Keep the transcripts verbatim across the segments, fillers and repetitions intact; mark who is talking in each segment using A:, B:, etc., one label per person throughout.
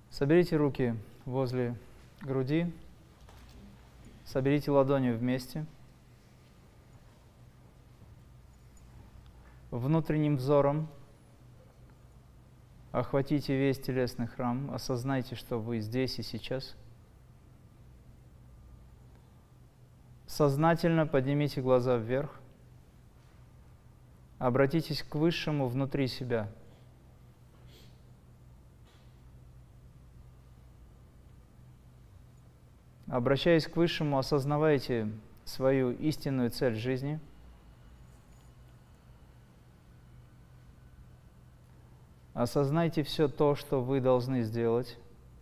A: Соберите руки возле груди, соберите ладони вместе. Внутренним взором охватите весь телесный храм, осознайте, что вы здесь и сейчас. Сознательно поднимите глаза вверх, обратитесь к Высшему внутри себя. Обращаясь к Высшему, осознавайте свою истинную цель жизни. Осознайте все то, что вы должны сделать.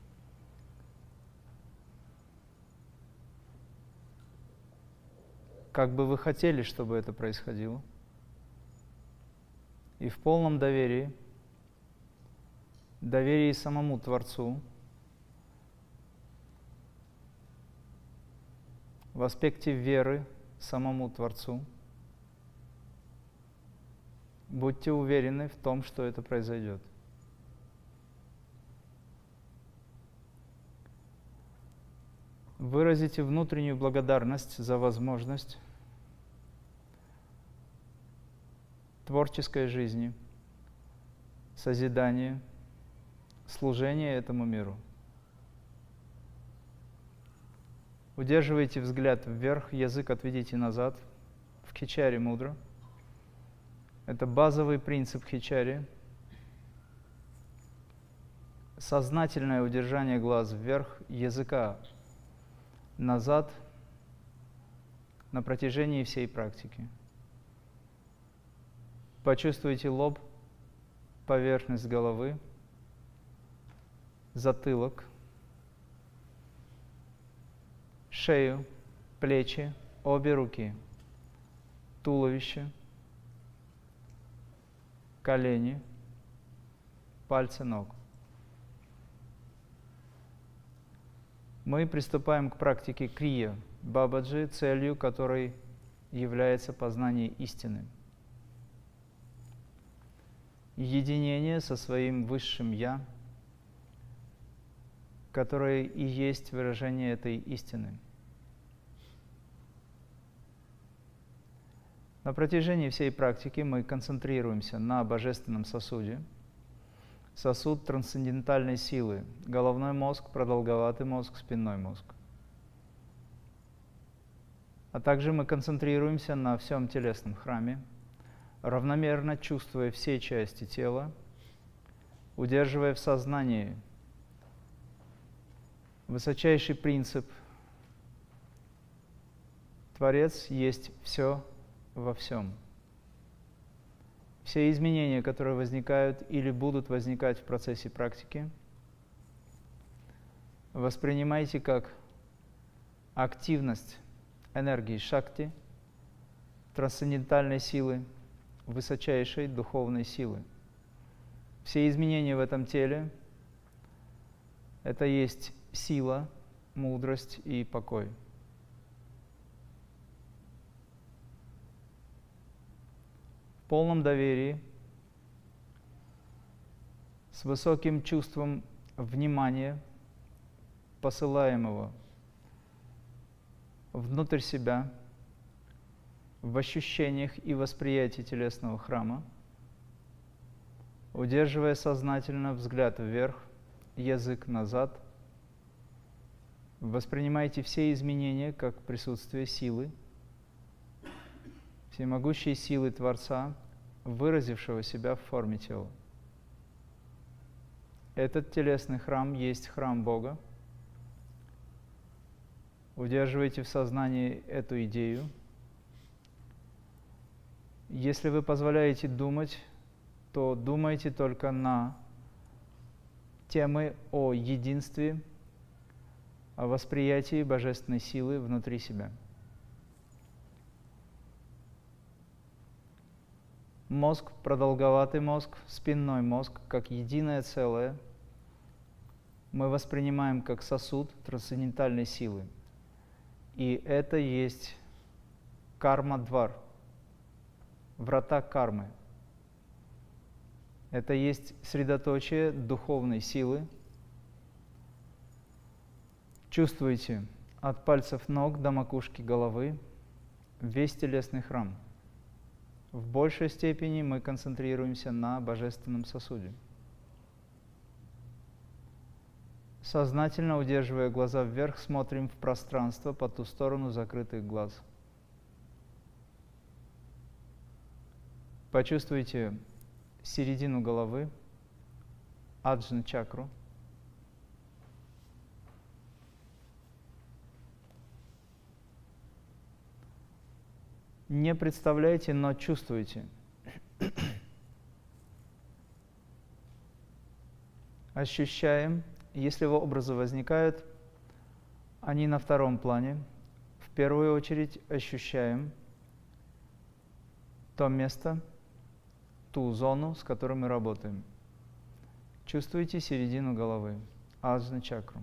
A: Как бы вы хотели, чтобы это происходило. И в полном доверии, доверии самому Творцу, в аспекте веры самому Творцу, будьте уверены в том, что это произойдет. Выразите внутреннюю благодарность за возможность творческой жизни, созидания, служения этому миру. Удерживайте взгляд вверх, язык отведите назад, в Хичари мудра. Это базовый принцип Хичари. Сознательное удержание глаз вверх, языка назад на протяжении всей практики. Почувствуйте лоб, поверхность головы, затылок, шею, плечи, обе руки, туловище, колени, пальцы ног. Мы приступаем к практике крия Бабаджи, целью которой является познание истины. Единение со своим Высшим Я, которое и есть выражение этой истины. На протяжении всей практики мы концентрируемся на божественном сосуде, сосуд трансцендентальной силы, головной мозг, продолговатый мозг, спинной мозг. А также мы концентрируемся на всем телесном храме, равномерно чувствуя все части тела, удерживая в сознании высочайший принцип «Творец есть все во всем». Все изменения, которые возникают или будут возникать в процессе практики, воспринимайте как активность энергии шакти, трансцендентальной силы, высочайшей духовной силы. Все изменения в этом теле – это есть сила, мудрость и покой. В полном доверии, с высоким чувством внимания, посылаемого внутрь себя, в ощущениях и восприятии телесного храма, удерживая сознательно взгляд вверх, язык назад, воспринимайте все изменения как присутствие силы, всемогущей силы Творца, выразившего себя в форме тела. Этот телесный храм есть храм Бога. Удерживайте в сознании эту идею. Если вы позволяете думать, то думайте только на темы о единстве, о восприятии божественной силы внутри себя. Мозг, продолговатый мозг, спинной мозг, как единое целое, мы воспринимаем как сосуд трансцендентальной силы. И это есть карма-двар, врата кармы. Это есть средоточие духовной силы, Чувствуйте от пальцев ног до макушки головы весь телесный храм. В большей степени мы концентрируемся на божественном сосуде. Сознательно удерживая глаза вверх, смотрим в пространство по ту сторону закрытых глаз. Почувствуйте середину головы, аджна чакру. Не представляйте, но чувствуйте. Ощущаем, если образы возникают, они на втором плане. В первую очередь ощущаем то место, ту зону, с которой мы работаем. Чувствуйте середину головы, аджна чакру.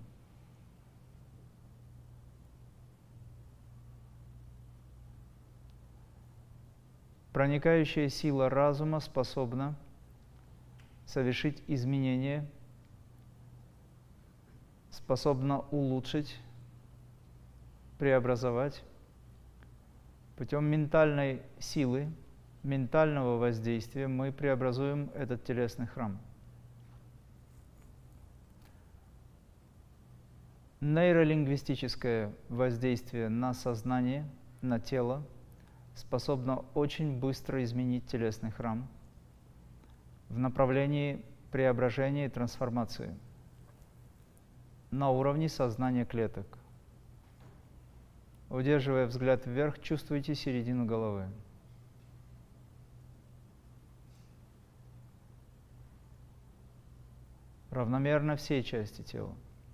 A: Проникающая сила разума способна совершить изменения, способна улучшить, преобразовать путем ментальной силы, ментального воздействия мы преобразуем этот телесный храм. Нейролингвистическое воздействие на сознание, на тело способно очень быстро изменить телесный храм в направлении преображения и трансформации на уровне сознания клеток. Удерживая взгляд вверх, чувствуйте середину головы. Равномерно всей части тела.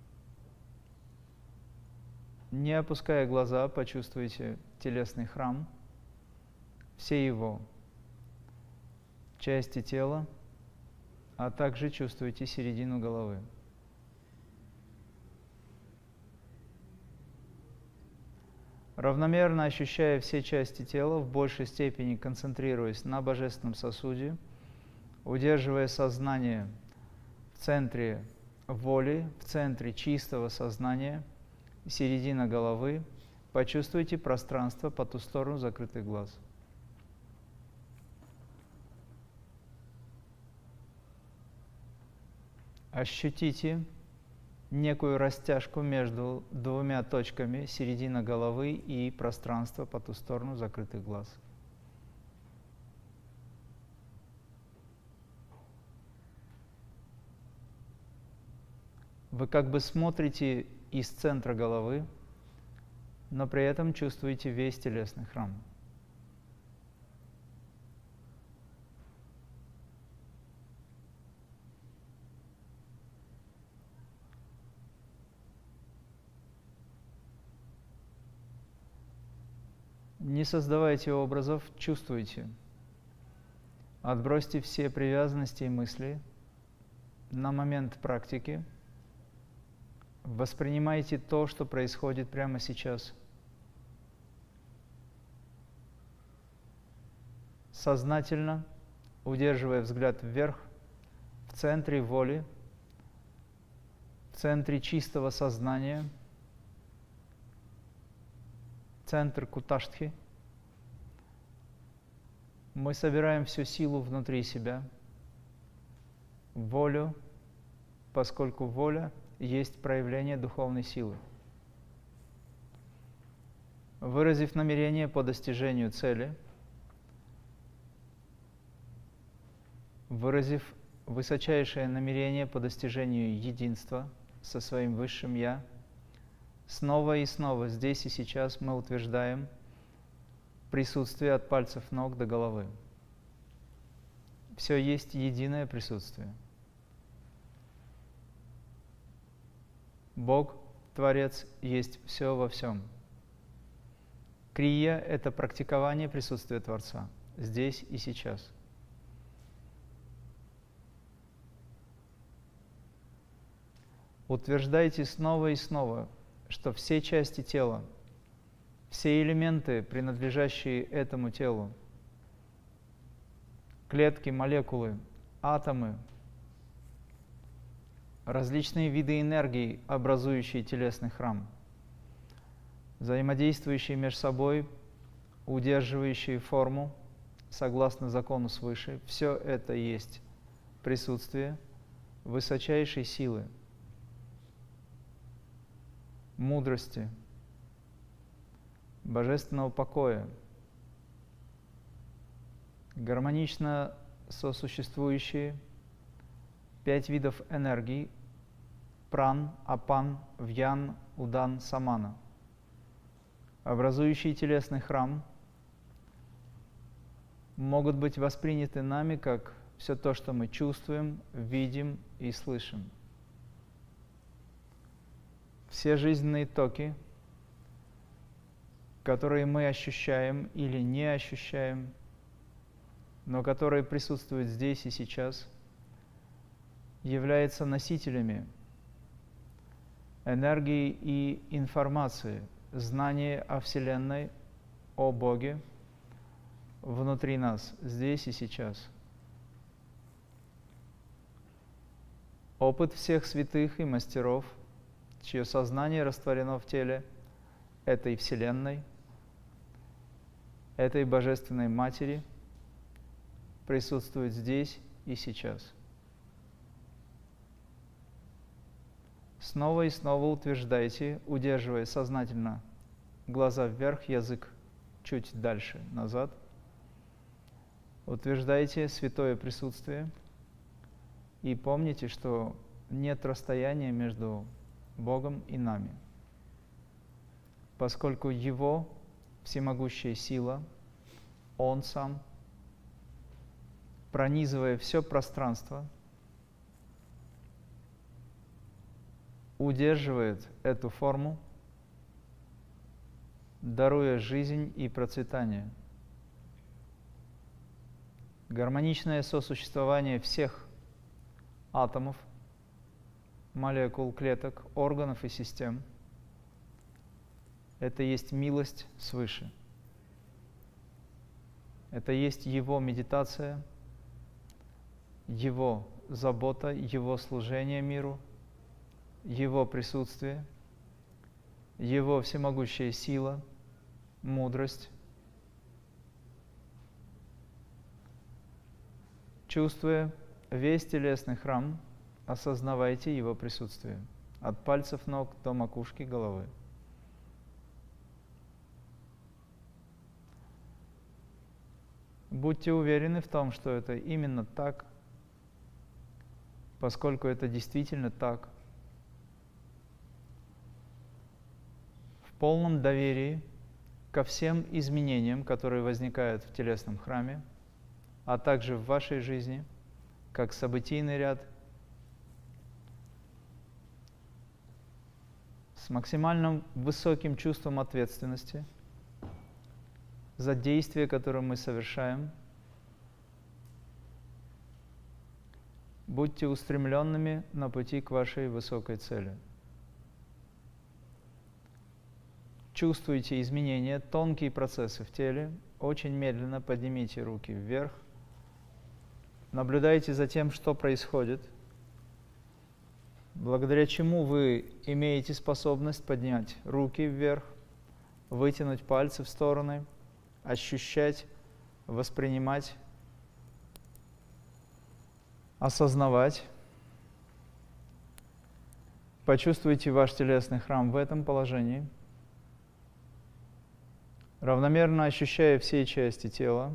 A: Не опуская глаза, почувствуйте телесный храм, все его части тела, а также чувствуйте середину головы. Равномерно ощущая все части тела, в большей степени концентрируясь на божественном сосуде, удерживая сознание в центре воли, в центре чистого сознания, середина головы, почувствуйте пространство по ту сторону закрытых глаз. Ощутите некую растяжку между двумя точками, середина головы и пространство по ту сторону закрытых глаз. Вы как бы смотрите из центра головы, но при этом чувствуете весь телесный храм. Не создавайте образов, чувствуйте. Отбросьте все привязанности и мысли на момент практики. Воспринимайте то, что происходит прямо сейчас. Сознательно, удерживая взгляд вверх, в центре воли, в центре чистого сознания, центр куташтхи, мы собираем всю силу внутри себя, волю, поскольку воля есть проявление духовной силы. Выразив намерение по достижению цели, выразив высочайшее намерение по достижению единства со своим Высшим Я, снова и снова, здесь и сейчас мы утверждаем присутствие от пальцев ног до головы. Все есть единое присутствие. Бог, Творец, есть все во всем. Крия – это практикование присутствия Творца здесь и сейчас. Утверждайте снова и снова, что все части тела, все элементы, принадлежащие этому телу, клетки, молекулы, атомы, различные виды энергий, образующие телесный храм, взаимодействующие между собой, удерживающие форму, согласно закону свыше, все это есть присутствие высочайшей силы, мудрости, божественного покоя, гармонично сосуществующие пять видов энергий: пран, апан, вьян, удан, самана, образующие телесный храм, могут быть восприняты нами как все то, что мы чувствуем, видим и слышим. Все жизненные токи, которые мы ощущаем или не ощущаем, но которые присутствуют здесь и сейчас, являются носителями энергии и информации, знания о Вселенной, о Боге внутри нас, здесь и сейчас. Опыт всех святых и мастеров, чье сознание растворено в теле этой Вселенной, этой Божественной Матери, присутствует здесь и сейчас. Снова и снова утверждайте, удерживая сознательно глаза вверх, язык чуть дальше, назад. Утверждайте святое присутствие и помните, что нет расстояния между Богом и нами, поскольку Его всемогущая сила, Он Сам, пронизывая все пространство, удерживает эту форму, даруя жизнь и процветание. Гармоничное сосуществование всех атомов, молекул, клеток, органов и систем – это есть милость свыше. Это есть Его медитация, Его забота, Его служение миру, Его присутствие, Его всемогущая сила, мудрость. Чувствуя весь телесный храм, осознавайте Его присутствие от пальцев ног до макушки головы. Будьте уверены в том, что это именно так, поскольку это действительно так. В полном доверии ко всем изменениям, которые возникают в телесном храме, а также в вашей жизни, как событийный ряд, с максимально высоким чувством ответственности за действия, которые мы совершаем. Будьте устремленными на пути к вашей высокой цели. Чувствуйте изменения, тонкие процессы в теле. Очень медленно поднимите руки вверх. Наблюдайте за тем, что происходит, благодаря чему вы имеете способность поднять руки вверх, вытянуть пальцы в стороны, ощущать, воспринимать, осознавать. Почувствуйте ваш телесный храм в этом положении, равномерно ощущая все части тела.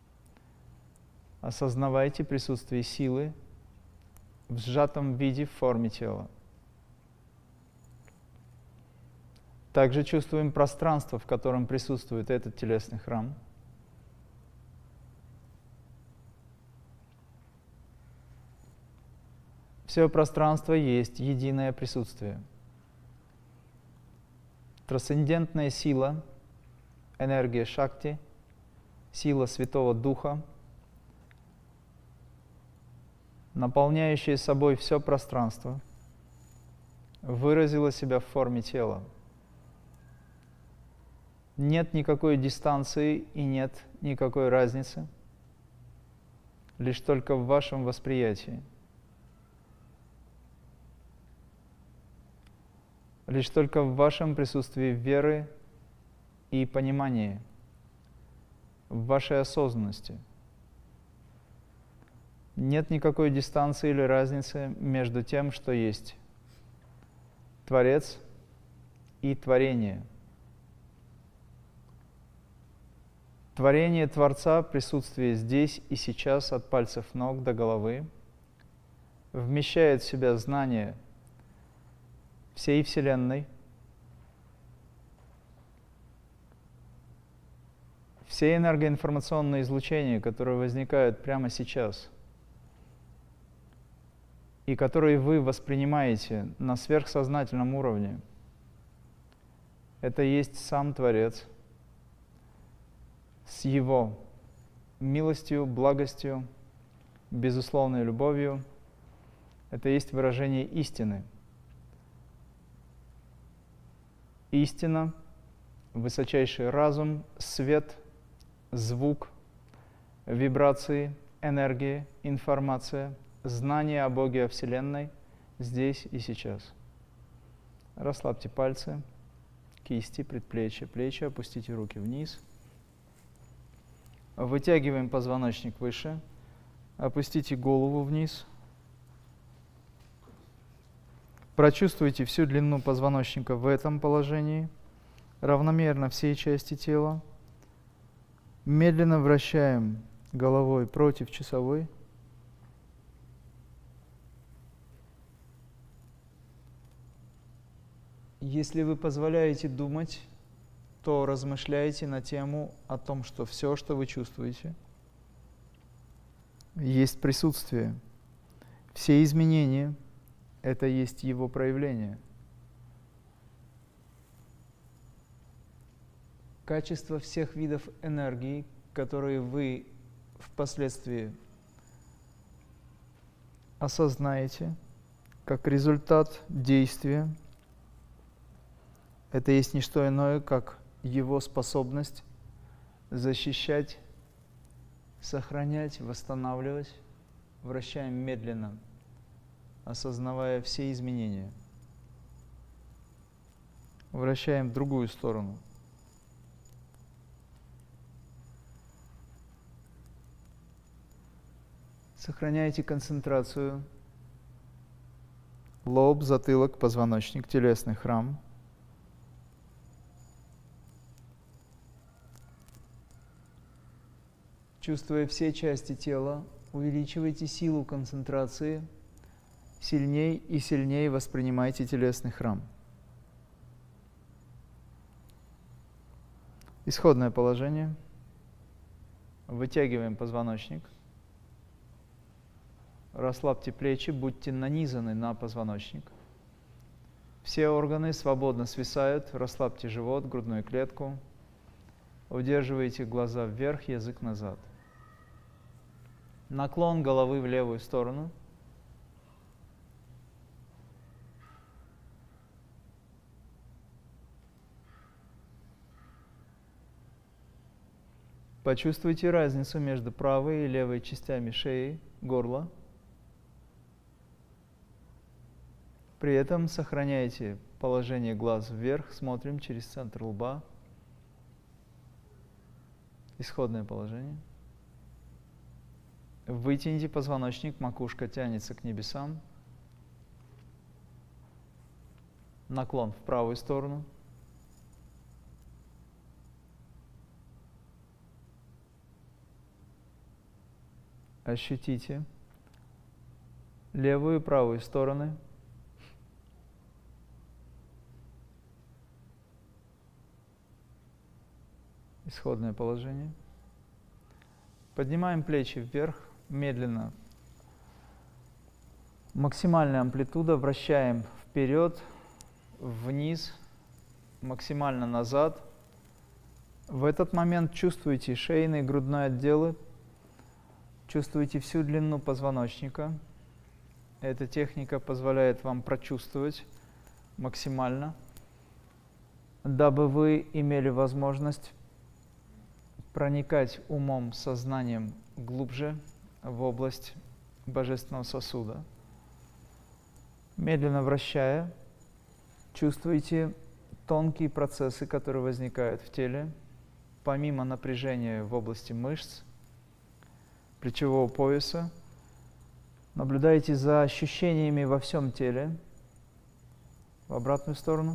A: Осознавайте присутствие силы в сжатом виде в форме тела. Также чувствуем пространство, в котором присутствует этот телесный храм. Все пространство есть единое присутствие. Трансцендентная сила, энергия Шакти, сила Святого Духа, наполняющая собой все пространство, выразила себя в форме тела. Нет никакой дистанции и нет никакой разницы, лишь только в вашем восприятии. лишь только в вашем присутствии веры и понимании, в вашей осознанности. Нет никакой дистанции или разницы между тем, что есть Творец и творение. Творение Творца, присутствие здесь и сейчас от пальцев ног до головы, вмещает в себя знание всей Вселенной, все энергоинформационные излучения, которые возникают прямо сейчас и которые вы воспринимаете на сверхсознательном уровне, это есть сам Творец с Его милостью, благостью, безусловной любовью. Это есть выражение истины. Истина, высочайший разум, свет, звук, вибрации, энергия, информация, знание о Боге, о Вселенной здесь и сейчас. Расслабьте пальцы, кисти, предплечья, плечи, опустите руки вниз. Вытягиваем позвоночник выше, опустите голову вниз. Прочувствуйте всю длину позвоночника в этом положении, равномерно все части тела. Медленно вращаем головой против часовой. Если вы позволяете думать, то размышляйте на тему о том, что все, что вы чувствуете, есть присутствие. Все изменения – это есть его проявление. Качество всех видов энергии, которые вы впоследствии осознаете как результат действия, это есть не что иное, как его способность защищать, сохранять, восстанавливать. Вращаем медленно, осознавая все изменения. Вращаем в другую сторону. Сохраняйте концентрацию. Лоб, затылок, позвоночник, телесный храм. Чувствуя все части тела, увеличивайте силу концентрации, сильней и сильнее воспринимайте телесный храм. Исходное положение. Вытягиваем позвоночник. Расслабьте плечи, будьте нанизаны на позвоночник. Все органы свободно свисают. Расслабьте живот, грудную клетку. Удерживайте глаза вверх, язык назад. Наклон головы в левую сторону. Почувствуйте разницу между правой и левой частями шеи, горла. При этом сохраняйте положение глаз вверх, смотрим через центр лба. Исходное положение. Вытяните позвоночник, макушка тянется к небесам. Наклон в правую сторону. Ощутите левую и правую стороны. Исходное положение. Поднимаем плечи вверх, медленно. Максимальная амплитуда, вращаем вперед, вниз, максимально назад. В этот момент чувствуйте шейный и грудной отделы, чувствуйте всю длину позвоночника. Эта техника позволяет вам прочувствовать максимально, дабы вы имели возможность проникать умом, сознанием глубже в область божественного сосуда. Медленно вращая, Чувствуете тонкие процессы, которые возникают в теле, помимо напряжения в области мышц, плечевого пояса. Наблюдайте за ощущениями во всем теле, в обратную сторону.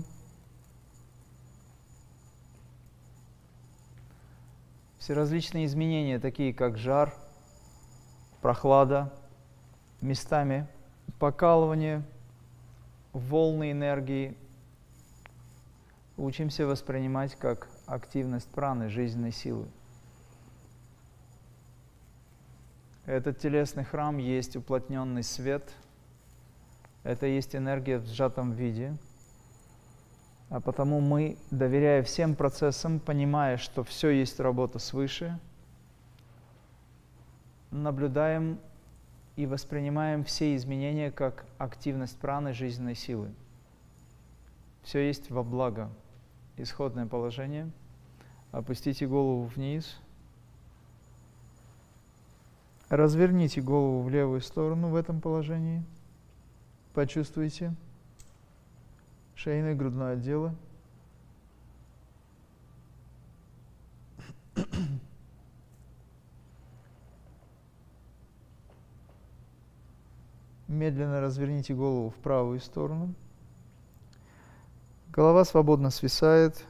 A: Все различные изменения, такие как жар, прохлада, местами покалывание, волны энергии, учимся воспринимать как активность праны, жизненной силы. Этот телесный храм есть уплотненный свет, это есть энергия в сжатом виде, а потому мы, доверяя всем процессам, понимая, что все есть работа свыше, наблюдаем и воспринимаем все изменения как активность праны, жизненной силы. Все есть во благо. Исходное положение. Опустите голову вниз. Разверните голову в левую сторону в этом положении. Почувствуйте шейное и грудное отделы. Медленно разверните голову в правую сторону. Голова свободно свисает.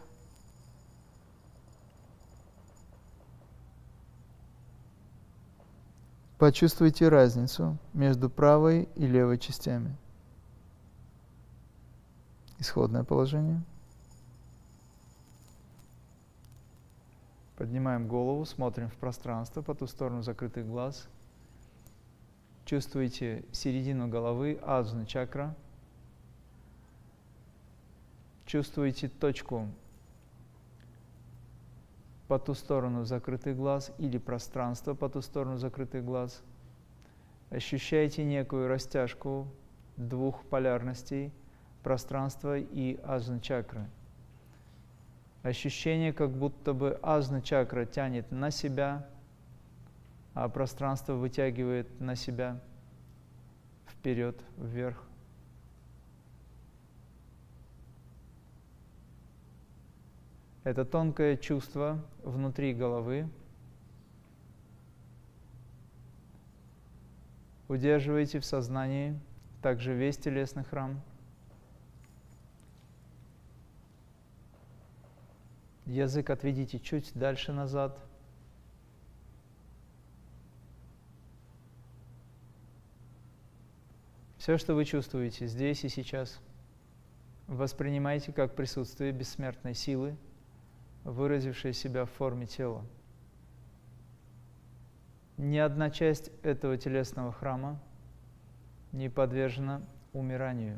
A: Почувствуйте разницу между правой и левой частями. Исходное положение. Поднимаем голову, смотрим в пространство, по ту сторону закрытых глаз. Чувствуете середину головы, аджна чакра. Чувствуете точку по ту сторону закрытых глаз или пространство по ту сторону закрытых глаз. Ощущаете некую растяжку двух полярностей, пространства и аджна чакры. Ощущение, как будто бы аджна чакра тянет на себя, а пространство вытягивает на себя, вперед, вверх. Это тонкое чувство внутри головы. Удерживайте в сознании также весь телесный храм. Язык отведите чуть дальше назад. Все, что вы чувствуете здесь и сейчас, воспринимайте как присутствие бессмертной силы, выразившей себя в форме тела. Ни одна часть этого телесного храма не подвержена умиранию.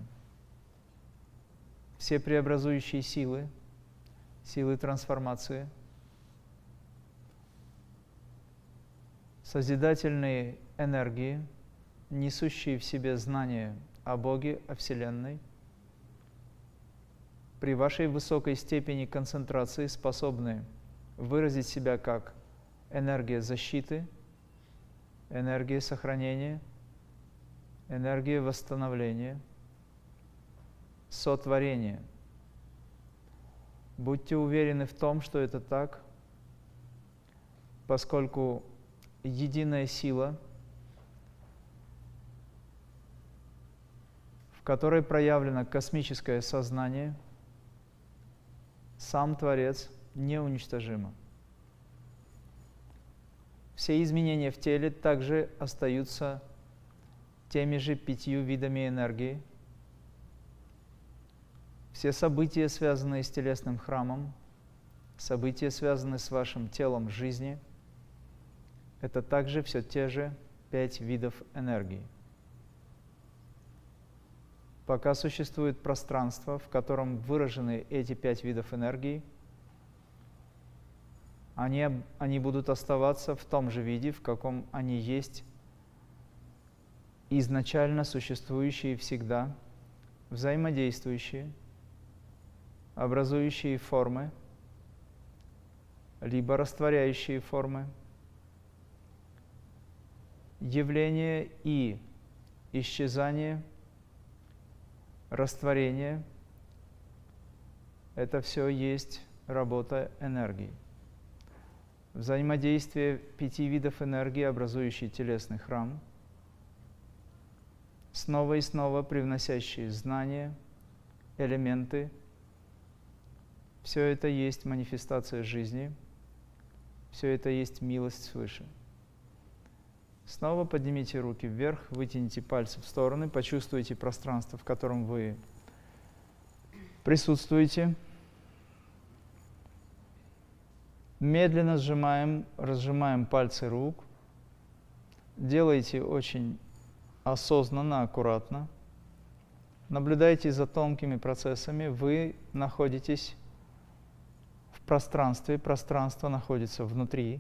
A: Все преобразующие силы, силы трансформации, созидательные энергии, несущие в себе знания о Боге, о Вселенной, при вашей высокой степени концентрации способны выразить себя как энергия защиты, энергия сохранения, энергия восстановления, сотворения. Будьте уверены в том, что это так, поскольку единая сила, в которой проявлено космическое сознание, сам Творец неуничтожима. Все изменения в теле также остаются теми же пятью видами энергии. Все события, связанные с телесным храмом, события, связанные с вашим телом жизни, это также все те же пять видов энергии. Пока существует пространство, в котором выражены эти пять видов энергии, они, они будут оставаться в том же виде, в каком они есть, изначально существующие всегда, взаимодействующие, образующие формы, либо растворяющие формы, явление и исчезание, растворение Это все есть работа энергии. Взаимодействие пяти видов энергии, образующие телесный храм, снова и снова привносящие знания, элементы. Все это есть манифестация жизни, все это есть милость свыше. Снова поднимите руки вверх, вытяните пальцы в стороны, почувствуйте пространство, в котором вы присутствуете. Медленно сжимаем, разжимаем пальцы рук. Делайте очень осознанно, аккуратно. Наблюдайте за тонкими процессами. Вы находитесь в пространстве, пространство находится внутри.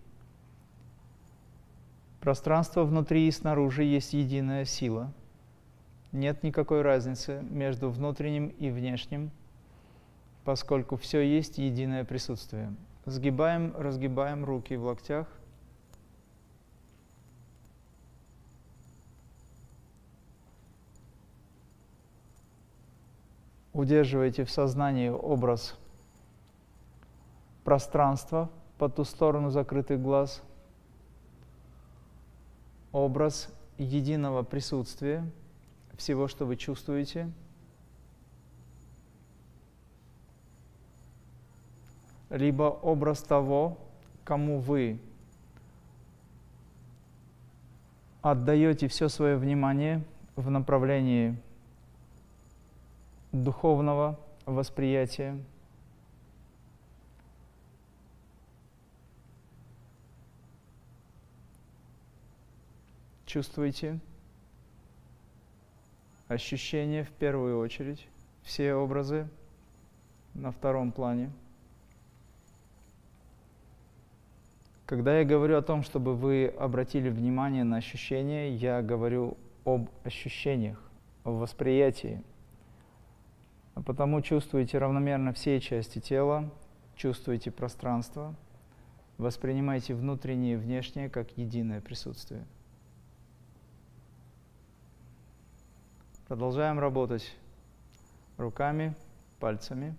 A: Пространство внутри и снаружи есть единая сила. Нет никакой разницы между внутренним и внешним, поскольку все есть единое присутствие. Сгибаем, разгибаем руки в локтях. Удерживайте в сознании образ пространства по ту сторону закрытых глаз, образ единого присутствия, всего, что вы чувствуете. Либо образ того, кому вы отдаете все свое внимание в направлении духовного восприятия. Чувствуйте ощущения в первую очередь, все образы на втором плане. Когда я говорю о том, чтобы вы обратили внимание на ощущения, я говорю об ощущениях, о восприятии. А потому чувствуйте равномерно все части тела, чувствуйте пространство, воспринимайте внутреннее и внешнее как единое присутствие. Продолжаем работать руками, пальцами.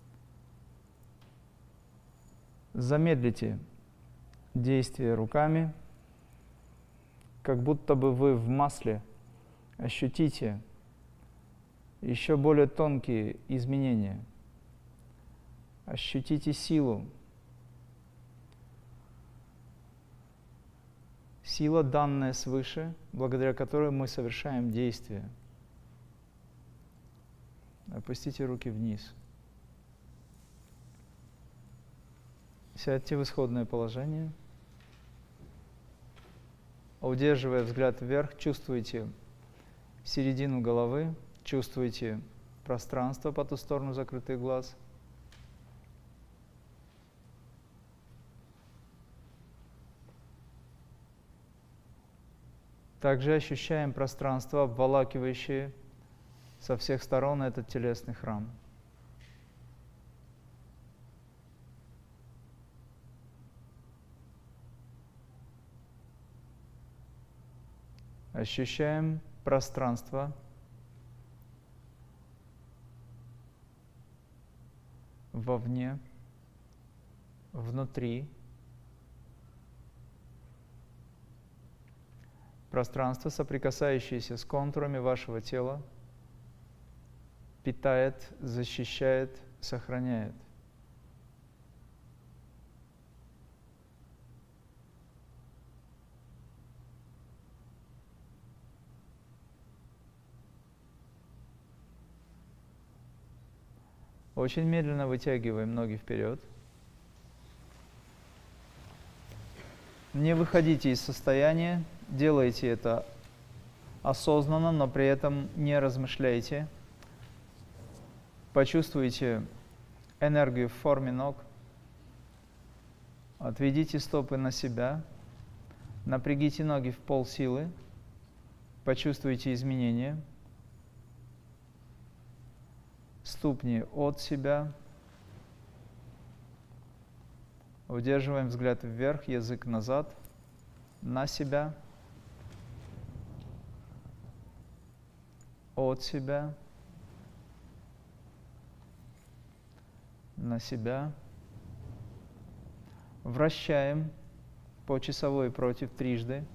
A: Замедлите действие руками, как будто бы вы в масле. Ощутите еще более тонкие изменения. Ощутите силу. Сила, данная свыше, благодаря которой мы совершаем действие. Опустите руки вниз. Сядьте в исходное положение. Удерживая взгляд вверх, чувствуйте середину головы, чувствуйте пространство по ту сторону закрытых глаз. Также ощущаем пространство, обволакивающее со всех сторон этот телесный храм. Ощущаем пространство вовне, внутри. Пространство, соприкасающееся с контурами вашего тела, питает, защищает, сохраняет. Очень медленно вытягиваем ноги вперед. Не выходите из состояния, делайте это осознанно, но при этом не размышляйте. Почувствуйте энергию в форме ног. Отведите стопы на себя. Напрягите ноги в полсилы. Почувствуйте изменения. Ступни от себя. Удерживаем взгляд вверх, язык назад, на себя, от себя. на себя. Вращаем по часовой против трижды.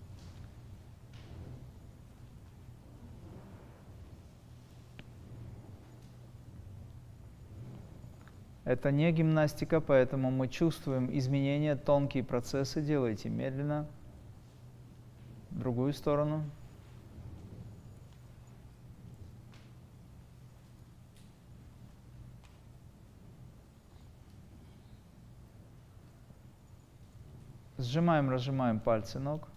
A: Это не гимнастика, поэтому мы чувствуем изменения, тонкие процессы. Делайте медленно. В другую сторону. Сжимаем, разжимаем пальцы ног.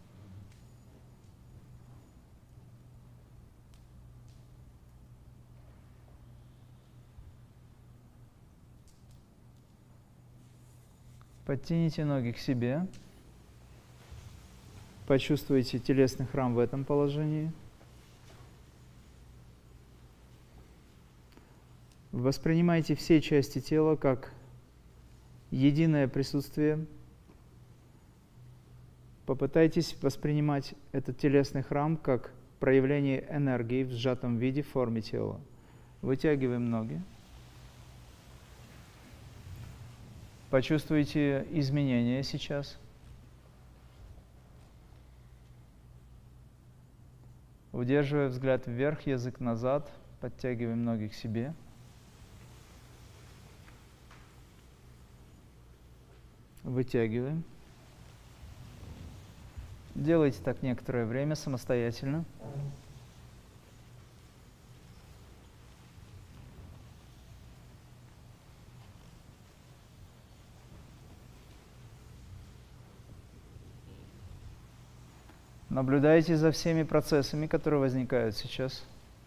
A: Подтяните ноги к себе. Почувствуйте телесный храм в этом положении. Воспринимайте все части тела как единое присутствие. Попытайтесь воспринимать этот телесный храм как проявление энергии в сжатом виде в форме тела. Вытягиваем ноги. Почувствуйте изменения сейчас. Удерживая взгляд вверх, язык назад, подтягиваем ноги к себе. Вытягиваем. Делайте так некоторое время самостоятельно. Наблюдайте за всеми процессами, которые возникают сейчас.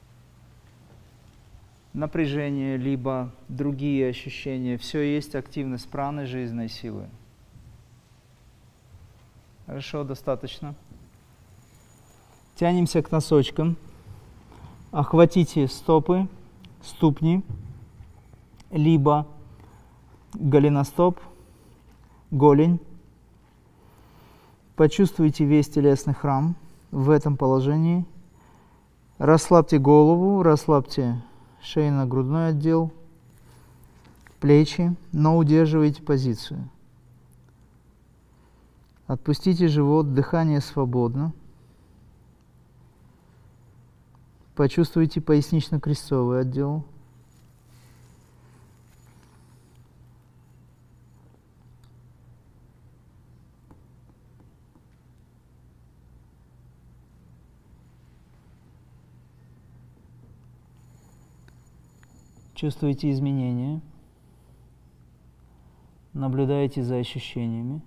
A: Напряжение, либо другие ощущения. Все есть активность праны, жизненной силы. Хорошо, достаточно. Тянемся к носочкам. Охватите стопы, ступни, либо голеностоп, голень. Почувствуйте весь телесный храм в этом положении. Расслабьте голову, расслабьте шейно-грудной отдел, плечи, но удерживайте позицию. Отпустите живот, дыхание свободно. Почувствуйте пояснично-крестцовый отдел. Чувствуете изменения, наблюдаете за ощущениями.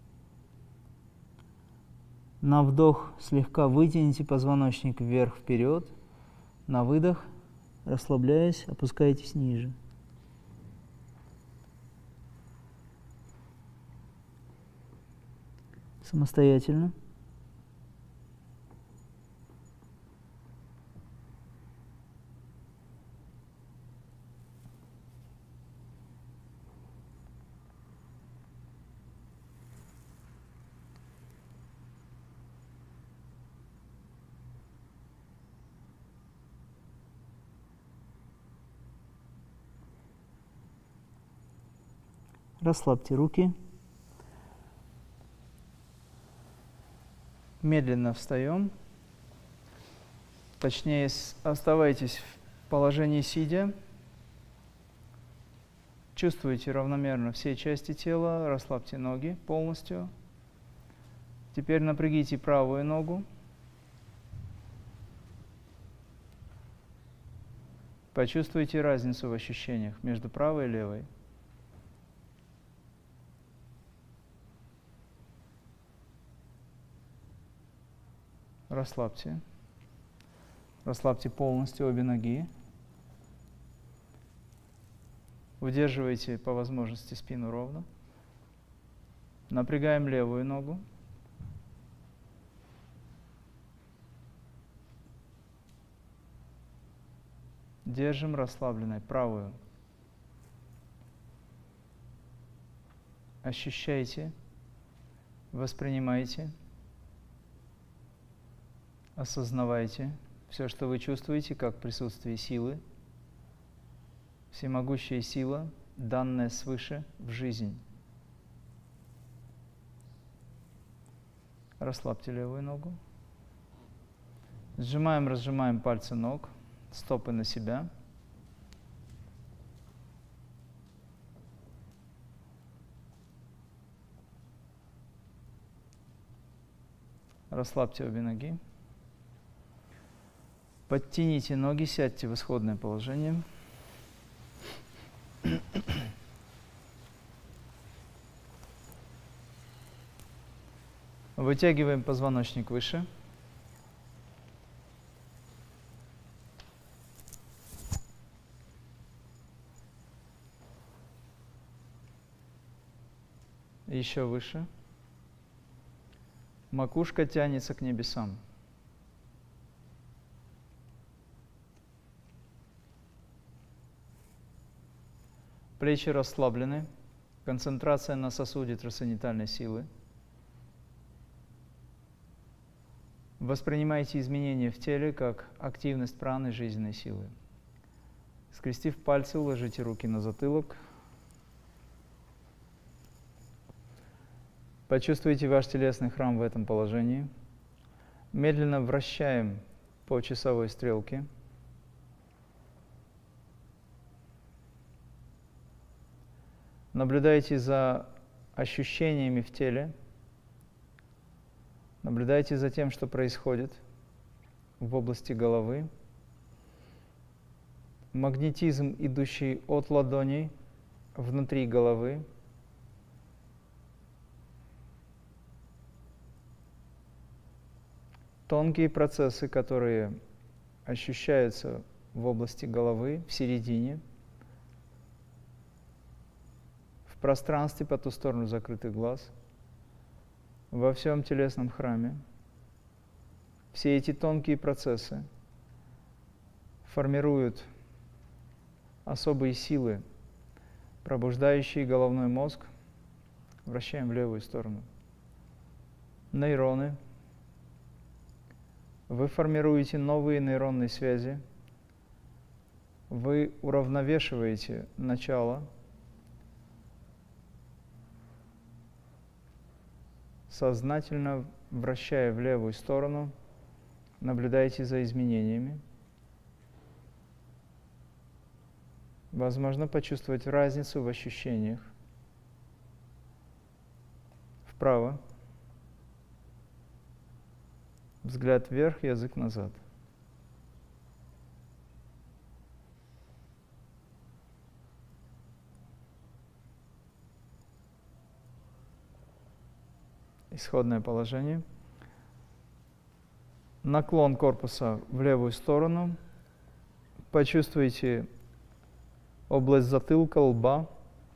A: На вдох слегка вытяните позвоночник вверх-вперед, на выдох, расслабляясь, опускаетесь ниже. Самостоятельно. Расслабьте руки. Медленно встаем. Точнее, оставайтесь в положении сидя. Чувствуйте равномерно все части тела. Расслабьте ноги полностью. Теперь напрягите правую ногу. Почувствуйте разницу в ощущениях между правой и левой. Расслабьте. Расслабьте полностью обе ноги. Удерживайте по возможности спину ровно. Напрягаем левую ногу. Держим расслабленной правую. Ощущайте, воспринимайте. Осознавайте все, что вы чувствуете, как присутствие силы. Всемогущая сила данное свыше в жизнь. Расслабьте левую ногу. Сжимаем, разжимаем пальцы ног, стопы на себя. Расслабьте обе ноги. Подтяните ноги, сядьте в исходное положение. Вытягиваем позвоночник выше. Еще выше. Макушка тянется к небесам. Плечи расслаблены. Концентрация на сосуде трансцендентальной силы. Воспринимайте изменения в теле как активность праны жизненной силы. Скрестив пальцы, уложите руки на затылок. Почувствуйте ваш телесный храм в этом положении. Медленно вращаем по часовой стрелке. Наблюдайте за ощущениями в теле. Наблюдайте за тем, что происходит в области головы. Магнетизм, идущий от ладоней внутри головы. Тонкие процессы, которые ощущаются в области головы, в середине, в пространстве по ту сторону закрытых глаз, во всем телесном храме. Все эти тонкие процессы формируют особые силы, пробуждающие головной мозг. Вращаем в левую сторону. Нейроны. Вы формируете новые нейронные связи. Вы уравновешиваете начало. Сознательно вращая в левую сторону, наблюдайте за изменениями. Возможно, почувствовать разницу в ощущениях. Вправо. Взгляд вверх, язык назад. Исходное положение. Наклон корпуса в левую сторону. Почувствуйте область затылка, лба.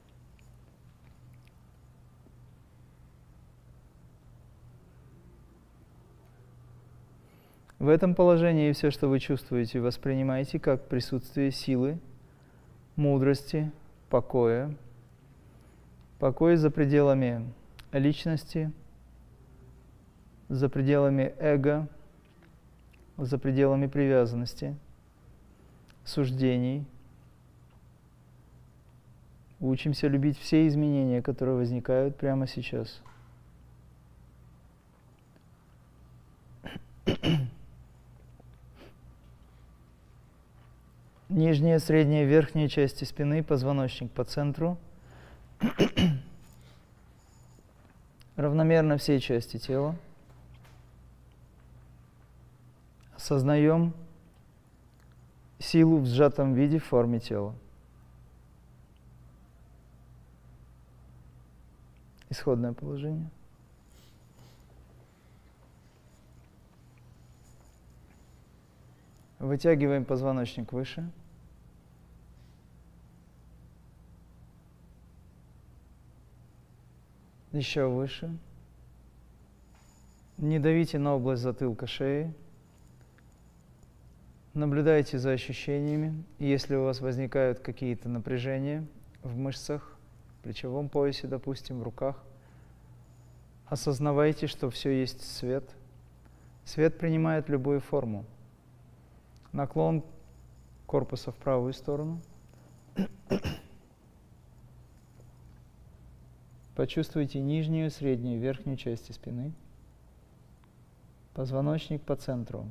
A: В этом положении все, что вы чувствуете, воспринимайте как присутствие силы, мудрости, покоя. Покой за пределами личности, за пределами эго, за пределами привязанности, суждений. Учимся любить все изменения, которые возникают прямо сейчас. Нижняя, средняя, верхняя части спины, позвоночник по центру. Равномерно все части тела. Осознаем силу в сжатом виде в форме тела. Исходное положение. Вытягиваем позвоночник выше. Еще выше. Не давите на область затылка, шеи. Наблюдайте за ощущениями. Если у вас возникают какие-то напряжения в мышцах, в плечевом поясе, допустим, в руках, осознавайте, что все есть свет. Свет принимает любую форму. Наклон корпуса в правую сторону. Почувствуйте нижнюю, среднюю, верхнюю части спины. Позвоночник по центру.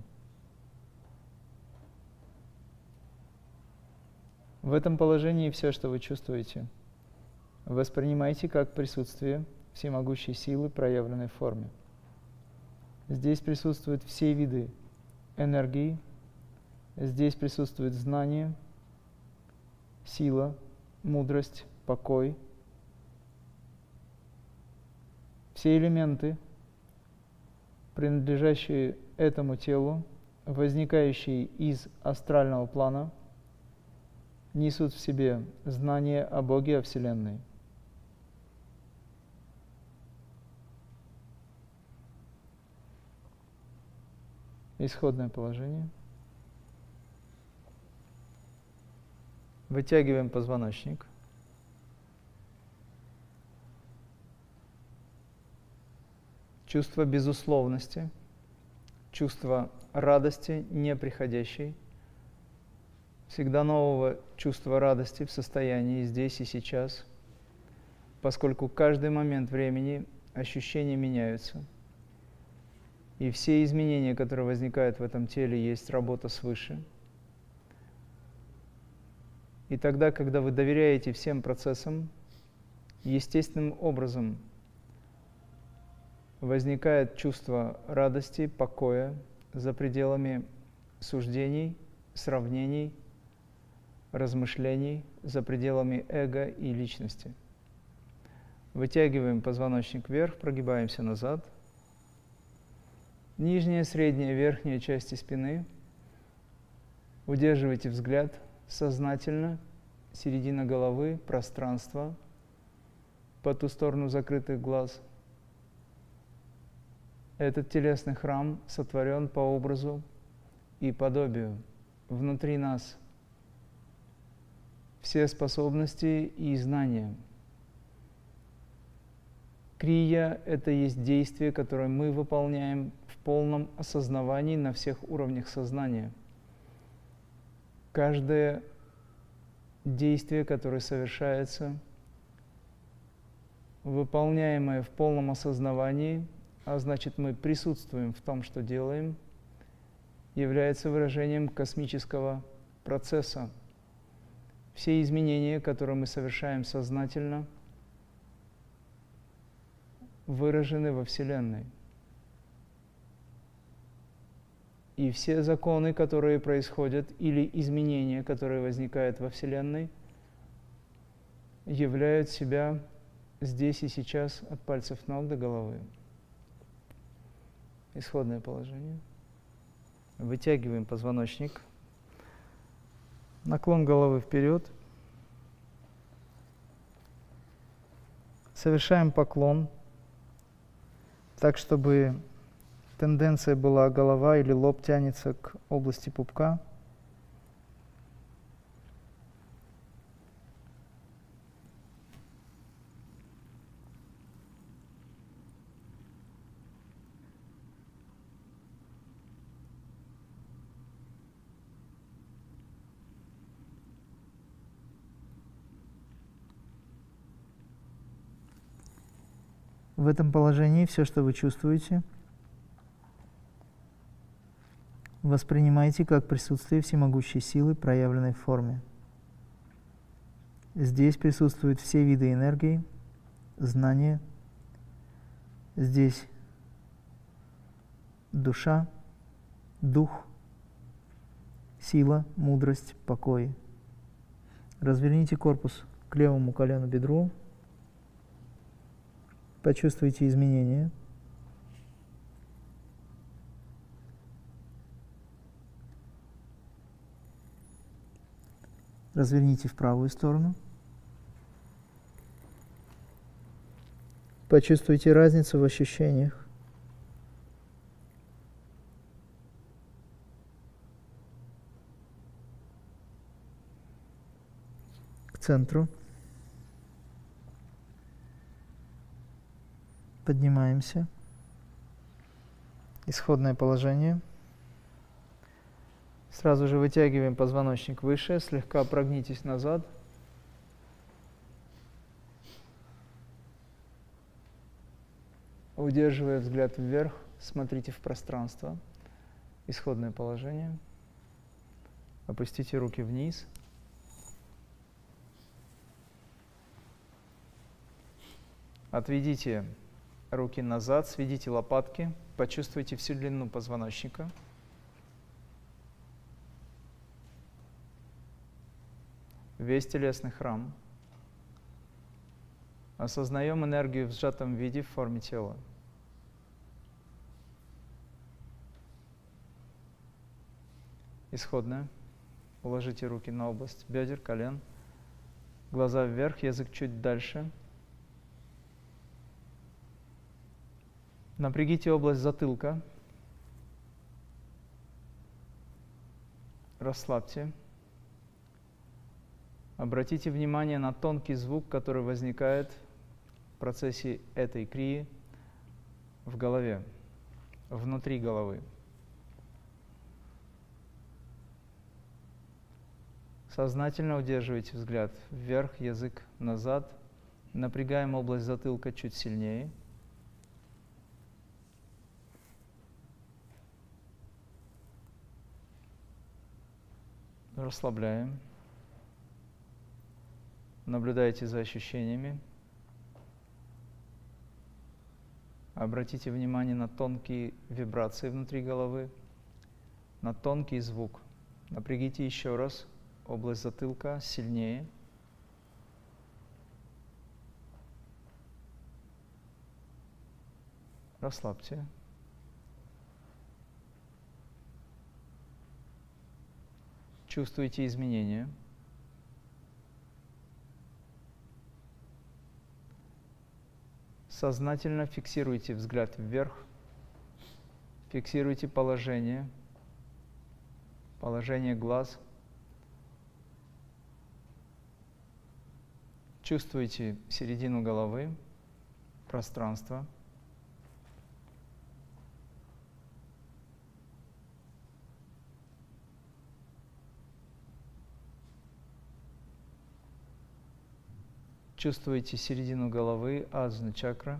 A: В этом положении все, что вы чувствуете, воспринимайте как присутствие всемогущей силы, проявленной в форме. Здесь присутствуют все виды энергии, здесь присутствует знание, сила, мудрость, покой. Все элементы, принадлежащие этому телу, возникающие из астрального плана, несут в себе знание о Боге, о Вселенной. Исходное положение. Вытягиваем позвоночник. Чувство безусловности, чувство радости неприходящей, всегда нового чувства радости в состоянии здесь и сейчас, поскольку каждый момент времени ощущения меняются. И все изменения, которые возникают в этом теле, есть работа свыше. И тогда, когда вы доверяете всем процессам, естественным образом возникает чувство радости, покоя за пределами суждений, сравнений, размышлений, за пределами эго и личности. Вытягиваем позвоночник вверх, прогибаемся назад. Нижняя, средняя, верхняя части спины. Удерживайте взгляд сознательно, середина головы, пространство по ту сторону закрытых глаз. Этот телесный храм сотворен по образу и подобию. Внутри нас все способности и знания. Крия – это есть действие, которое мы выполняем в полном осознавании на всех уровнях сознания. Каждое действие, которое совершается, выполняемое в полном осознавании, а значит, мы присутствуем в том, что делаем, является выражением космического процесса. Все изменения, которые мы совершаем сознательно, выражены во Вселенной. И все законы, которые происходят, или изменения, которые возникают во Вселенной, являют себя здесь и сейчас от пальцев ног до головы. Исходное положение. Вытягиваем позвоночник. Наклон головы вперед. Совершаем поклон, так, чтобы тенденция была, голова или лоб тянется к области пупка. В этом положении все, что вы чувствуете, воспринимайте как присутствие всемогущей силы, проявленной в форме. Здесь присутствуют все виды энергии, знания. Здесь душа, дух, сила, мудрость, покой. Разверните корпус к левому колену бедру. Почувствуйте изменения. Разверните в правую сторону. Почувствуйте разницу в ощущениях. К центру. Поднимаемся. Исходное положение. Сразу же вытягиваем позвоночник выше, слегка прогнитесь назад. Удерживая взгляд вверх, смотрите в пространство. Исходное положение. Опустите руки вниз. Отведите руки назад, сведите лопатки, почувствуйте всю длину позвоночника. Весь телесный храм. Осознаем энергию в сжатом виде в форме тела. Исходное. Уложите руки на область бедер, колен. Глаза вверх, язык чуть дальше. Напрягите область затылка. Расслабьте. Обратите внимание на тонкий звук, который возникает в процессе этой крии в голове, внутри головы. Сознательно удерживайте взгляд вверх, язык назад. Напрягаем область затылка чуть сильнее. Расслабляем. Наблюдайте за ощущениями. Обратите внимание на тонкие вибрации внутри головы, на тонкий звук. Напрягите еще раз область затылка сильнее. Расслабьте. Чувствуйте изменения. Сознательно фиксируйте взгляд вверх, фиксируйте положение, положение глаз. Чувствуйте середину головы, пространство. Чувствуете середину головы, аджна чакра.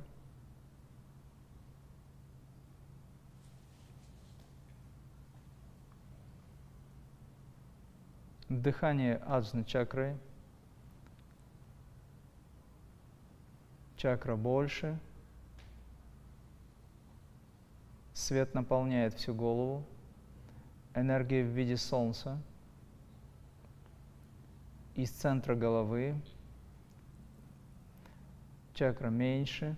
A: Дыхание аджна чакры. Чакра больше. Свет наполняет всю голову. Энергия в виде солнца. Из центра головы. Чакра меньше.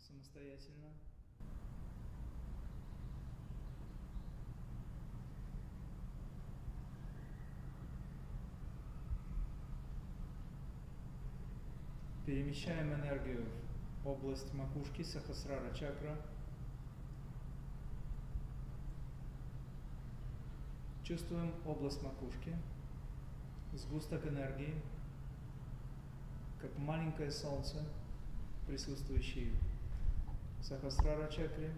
A: самостоятельно. Перемещаем энергию в область макушки, сахасрара чакра. Чувствуем область макушки, сгусток энергии, как маленькое солнце, присутствующее в сахасрара чакре.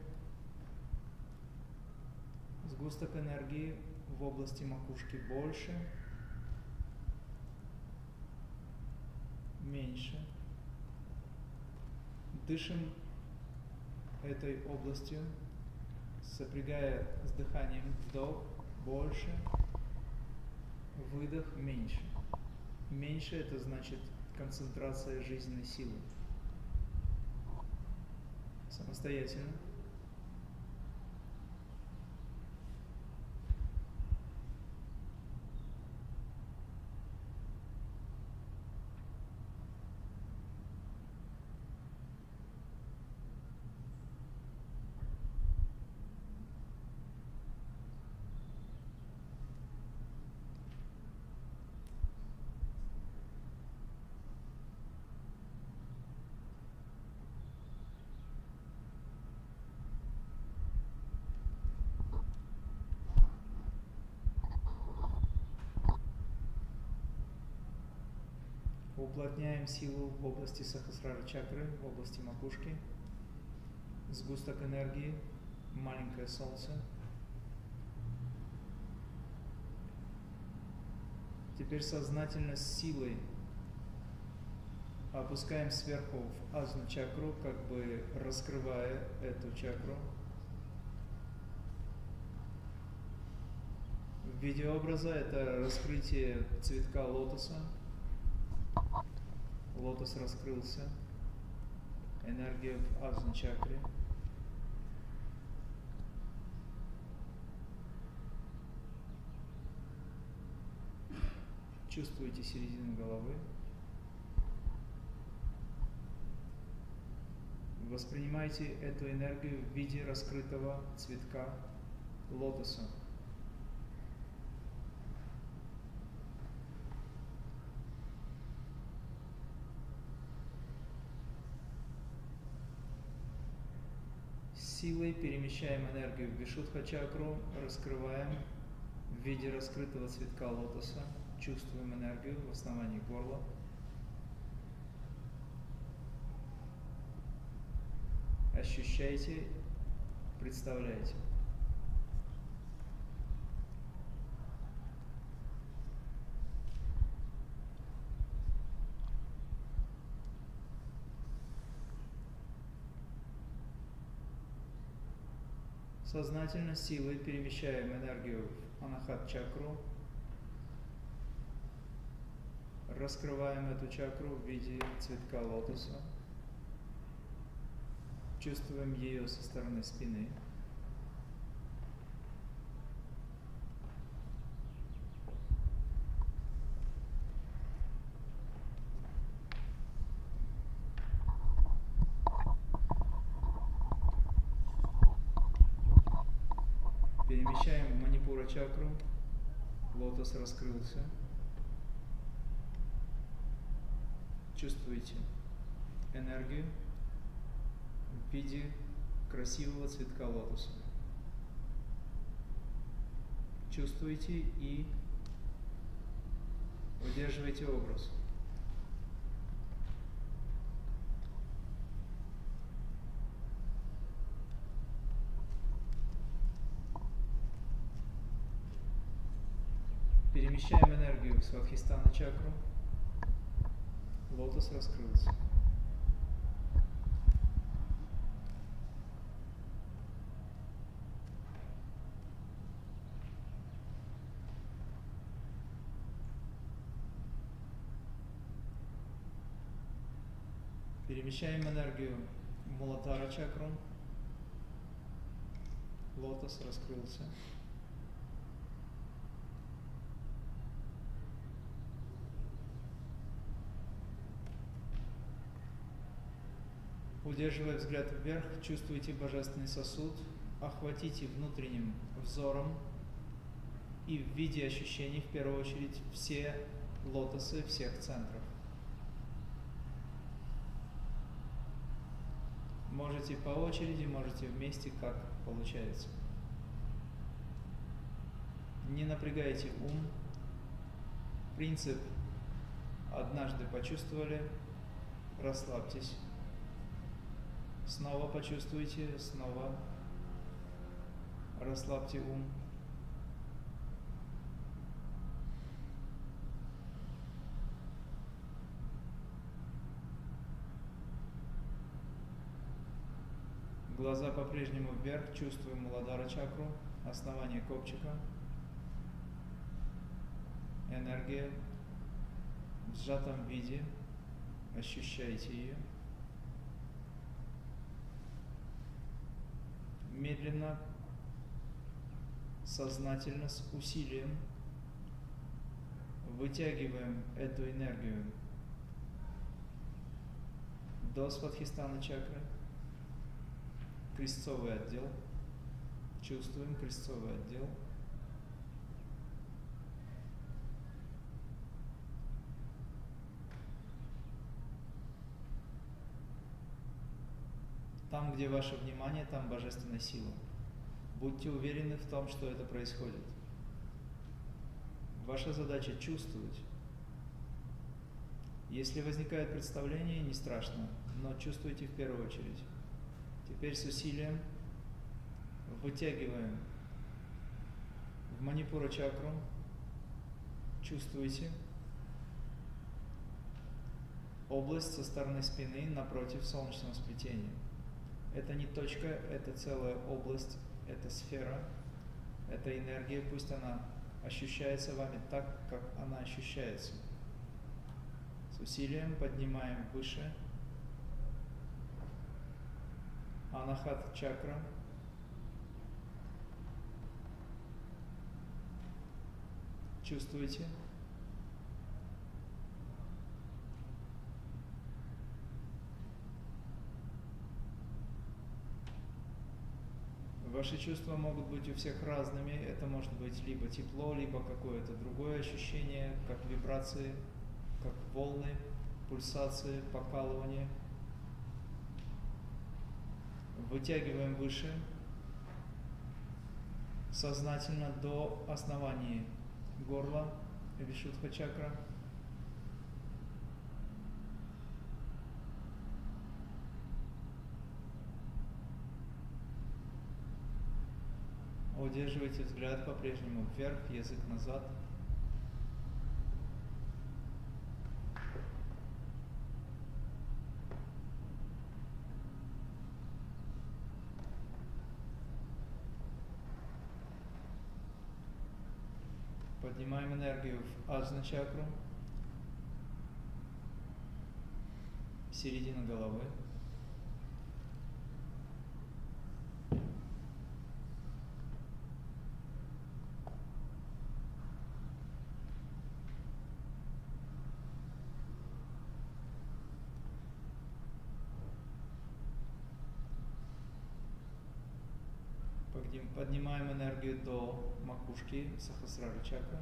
A: Сгусток энергии в области макушки больше, меньше. Дышим этой областью, сопрягая с дыханием вдох больше, выдох меньше. Меньше — это значит концентрация жизненной силы. Самостоятельно. Уплотняем силу в области сахасрара чакры, в области макушки. Сгусток энергии, маленькое солнце. Теперь сознательно с силой опускаем сверху в азну чакру, как бы раскрывая эту чакру. В виде образа это раскрытие цветка лотоса. Лотос раскрылся. Энергия в азну чакре. Чувствуете середину головы. Воспринимайте эту энергию в виде раскрытого цветка лотоса. Силой перемещаем энергию в вишудха чакру, раскрываем в виде раскрытого цветка лотоса. Чувствуем энергию в основании горла. Ощущайте, представляете. Сознательно силой перемещаем энергию в анахат чакру. Раскрываем эту чакру в виде цветка лотоса. Чувствуем ее со стороны спины. Перемещаем в манипура чакру. Лотос раскрылся. Чувствуете энергию в виде красивого цветка лотоса. Чувствуете и удерживайте образ. Перемещаем энергию в свадхистхана чакру. Лотос раскрылся. Перемещаем энергию в муладхара чакру. Лотос раскрылся. Удерживая взгляд вверх, чувствуйте божественный сосуд, охватите внутренним взором и в виде ощущений, в первую очередь, все лотосы всех центров. Можете по очереди, можете вместе, как получается. Не напрягайте ум. Принцип однажды почувствовали, расслабьтесь. Снова почувствуйте, снова расслабьте ум. Глаза по-прежнему вверх, чувствуем Муладхара чакру, основание копчика. Энергия в сжатом виде, ощущайте ее. Медленно, сознательно, с усилием вытягиваем эту энергию до Свадхистхана чакры, крестцовый отдел. Чувствуем крестцовый отдел. Там, где ваше внимание, там божественная сила. Будьте уверены в том, что это происходит. Ваша задача чувствовать. Если возникает представление, не страшно, но чувствуйте в первую очередь. Теперь с усилием вытягиваем в Манипура чакру. Чувствуйте область со стороны спины напротив солнечного сплетения. Это не точка, это целая область, это сфера, это энергия, пусть она ощущается вами так, как она ощущается. С усилием поднимаем выше. Анахат чакра. Чувствуете? Ваши чувства могут быть у всех разными. Это может быть либо тепло, либо какое-то другое ощущение, как вибрации, как волны, пульсации, покалывание. Вытягиваем выше, сознательно до основания горла, Вишудха чакра. Удерживайте взгляд по-прежнему вверх, язык назад. Поднимаем энергию в Аджна чакру, середина головы. Поднимаем энергию до макушки, Сахасрара чакра.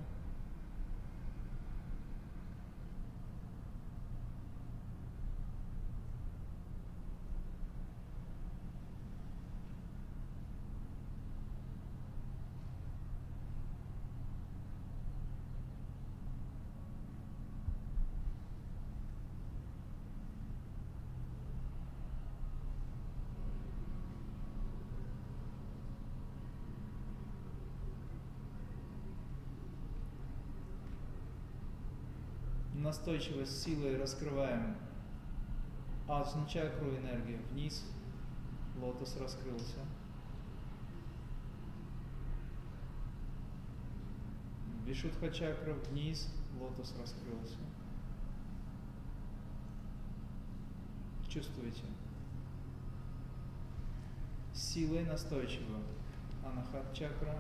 A: Настойчиво с силой раскрываем Аджна чакру, энергию вниз, лотос раскрылся. Вишудха чакра вниз, лотос раскрылся. Чувствуете? С силой настойчиво Анахат чакра,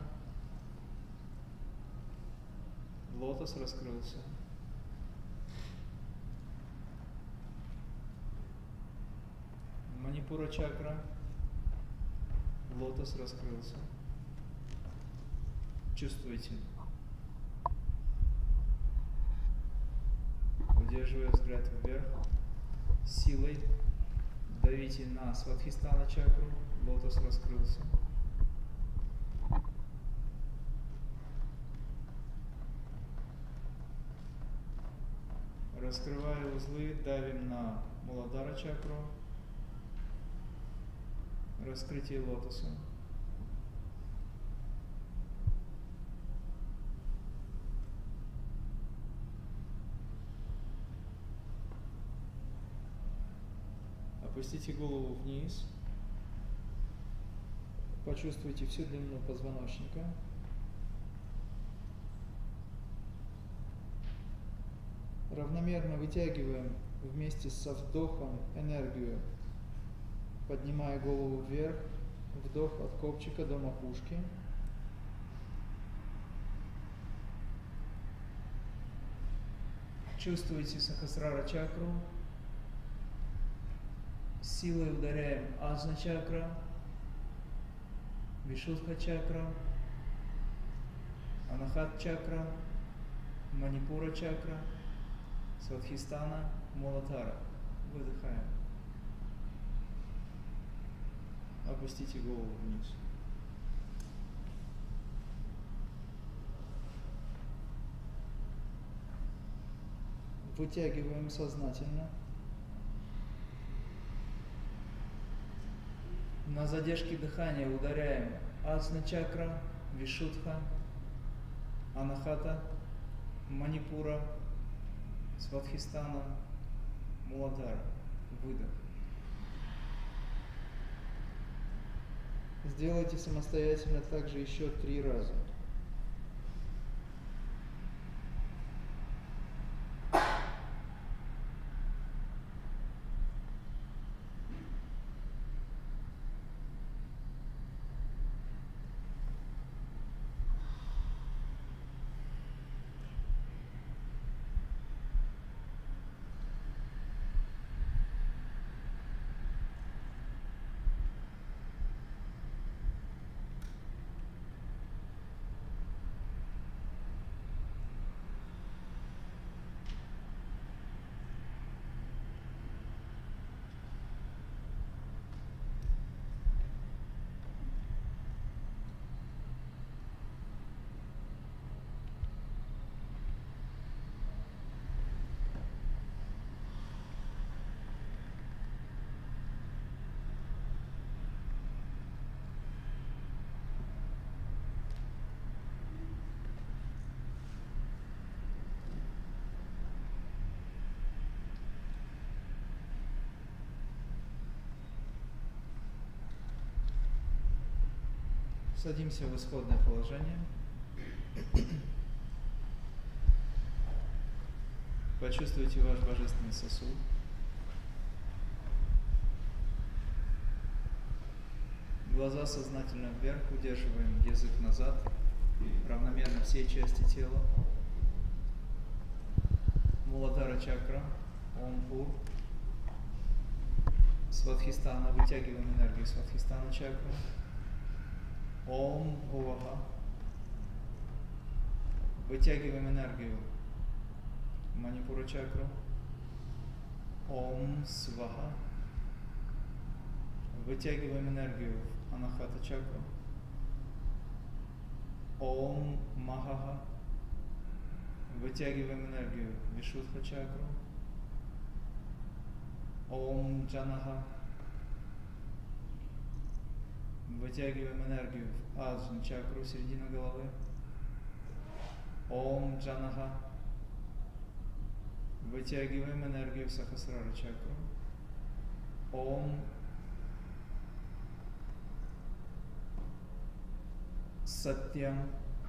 A: лотос раскрылся. Манипура чакра. Лотос раскрылся. Чувствуйте. Удерживая взгляд вверх, силой давите на Свадхистхана чакру. Лотос раскрылся. Раскрывая узлы, давим на Муладхара чакру. Раскрытие лотоса. Опустите голову вниз. Почувствуйте всю длину позвоночника. Равномерно вытягиваем вместе со вдохом энергию, поднимая голову вверх, вдох от копчика до макушки. Чувствуйте Сахасрара чакру. Силой ударяем Аджна чакра, Вишудха чакра, Анахат чакра, Манипура чакра, Свадхистхана, Муладхара. Выдыхаем. Опустите голову вниз. Вытягиваем сознательно. На задержке дыхания ударяем Аджна чакра, Вишудха, Анахата, Манипура, Свадхистхана, Муладхара. Выдох. Сделайте самостоятельно также еще три раза. Садимся в исходное положение. Почувствуйте ваш божественный сосуд. Глаза сознательно вверх, удерживаем язык назад, равномерно все части тела. Муладхара чакра, Ом-Пур. Свадхистхана, вытягиваем энергию Свадхистхана чакры. Ом Бхуваха. Вытягиваем энергию Манипура чакру. Ом Сваха. Вытягиваем энергию Анахата чакру. Ом Махаха. Вытягиваем энергию Вишудха чакру. Ом Джанаха. Вытягиваем энергию в Аджна чакру, середина головы. Ом Джанаха. Вытягиваем энергию в Сахасрара чакру. Ом Сатьям.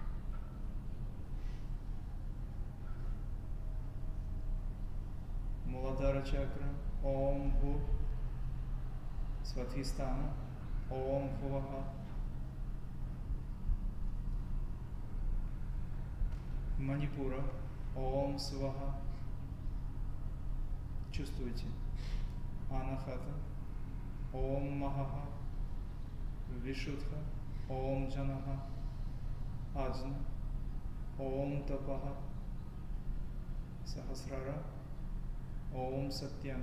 A: Муладхара чакра. Ом Бху. Свадхистхана. Ом Бхуваха. Манипура. Ом Сваха. Чувствуйте. Анахата. Ом Махаха, Вишудха, Ом Джанаха, Аджна, Ом Тапаха, Сахасрара, Ом Сатьям.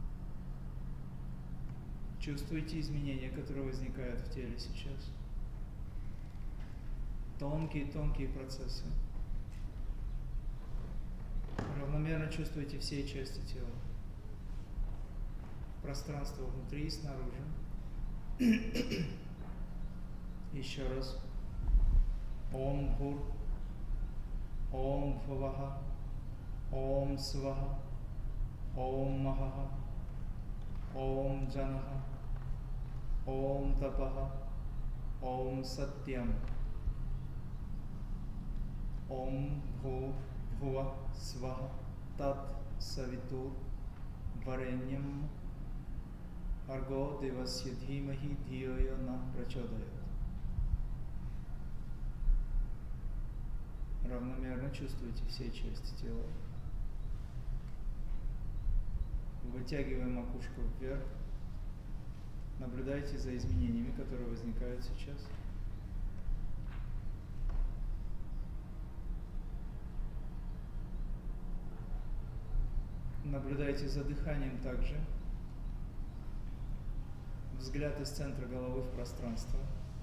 A: Чувствуете изменения, которые возникают в теле сейчас? Тонкие-тонкие процессы. Равномерно чувствуйте все части тела. Пространство внутри и снаружи. Еще раз. Ом Бхур, Ом Бхаваха, Ом Сваха, Ом Махаха, Ом Джанаха, Ом Тапаха, Ом Сатьям. Ом Бху Бхува Сваха Тат Савитур Вареньям Арго Девасья Дхимахи Дхио На Прачодает. Равномерно чувствуйте все части тела. Вытягиваем макушку вверх. Наблюдайте за изменениями, которые возникают сейчас. Наблюдайте за дыханием также. Взгляд из центра головы в пространство.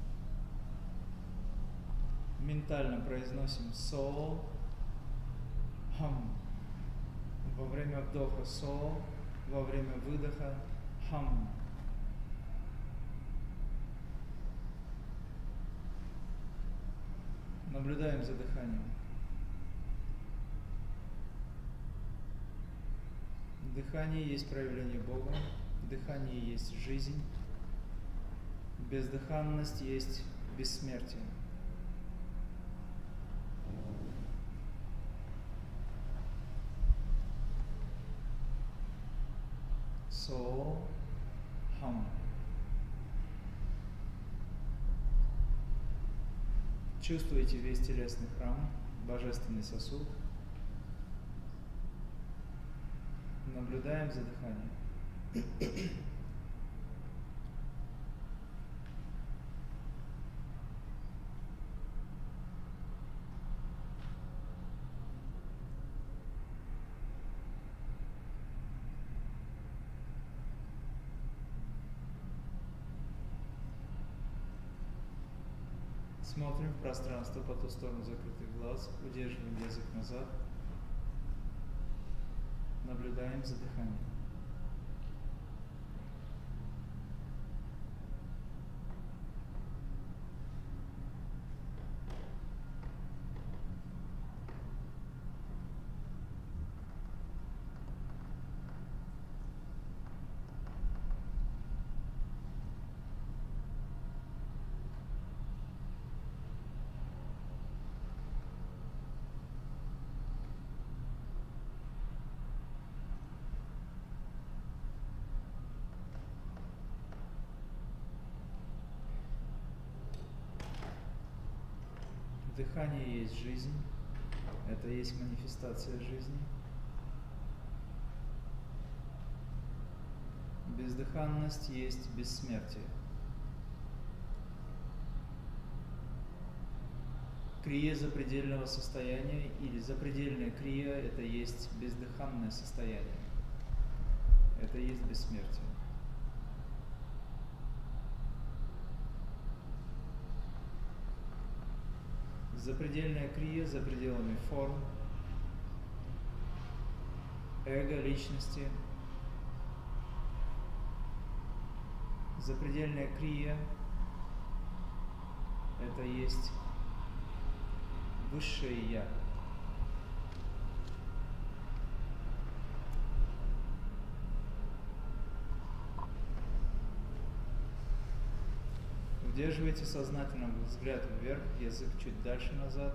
A: Ментально произносим со, хам. Во время вдоха со, во время выдоха хам. Наблюдаем за дыханием. Дыхание есть проявление Бога, дыхание есть жизнь, бездыханность есть бессмертие. Со, хам. Чувствуете весь телесный храм, божественный сосуд. Наблюдаем за дыханием. Смотрим в пространство по ту сторону закрытых глаз, удерживаем язык назад. Наблюдаем за дыханием. Дыхание есть жизнь, это есть манифестация жизни. Бездыханность есть бессмертие. Крия запредельного состояния или запредельная крия – это есть бездыханное состояние. Это есть бессмертие. Запредельная крия за пределами форм, эго, личности. Запредельная крия – это есть высшее Я. Удерживайте сознательно взгляд вверх, язык чуть дальше назад.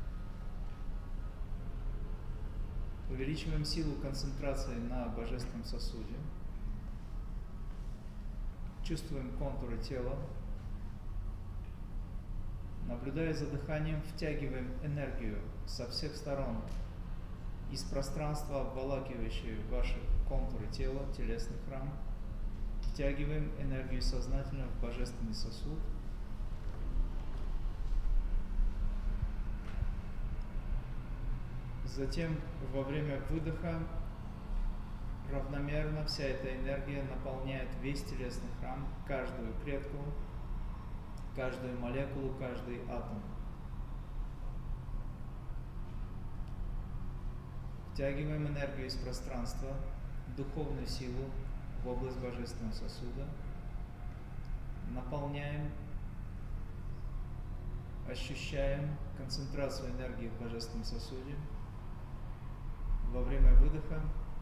A: Увеличиваем силу концентрации на божественном сосуде. Чувствуем контуры тела. Наблюдая за дыханием, втягиваем энергию со всех сторон из пространства, обволакивающего ваши контуры тела, телесный храм. Втягиваем энергию сознательно в божественный сосуд. Затем во время выдоха равномерно вся эта энергия наполняет весь телесный храм, каждую клетку, каждую молекулу, каждый атом. Втягиваем энергию из пространства, духовную силу в область божественного сосуда. Наполняем, ощущаем концентрацию энергии в божественном сосуде. Во время выдоха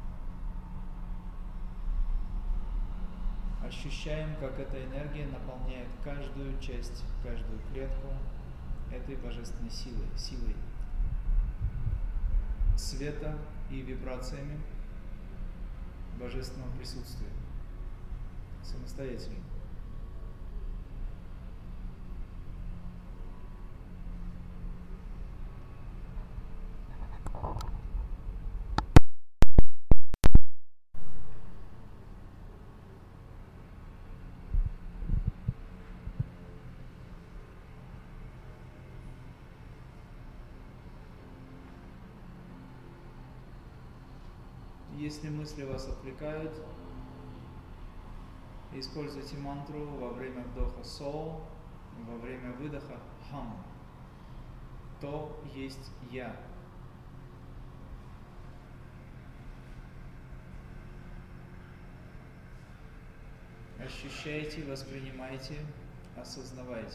A: ощущаем, как эта энергия наполняет каждую часть, каждую клетку этой божественной силой, силой света и вибрациями божественного присутствия. Самостоятельно. Если мысли вас отвлекают, используйте мантру во время вдоха «со», во время выдоха «хам». То есть я. Ощущайте, воспринимайте, осознавайте.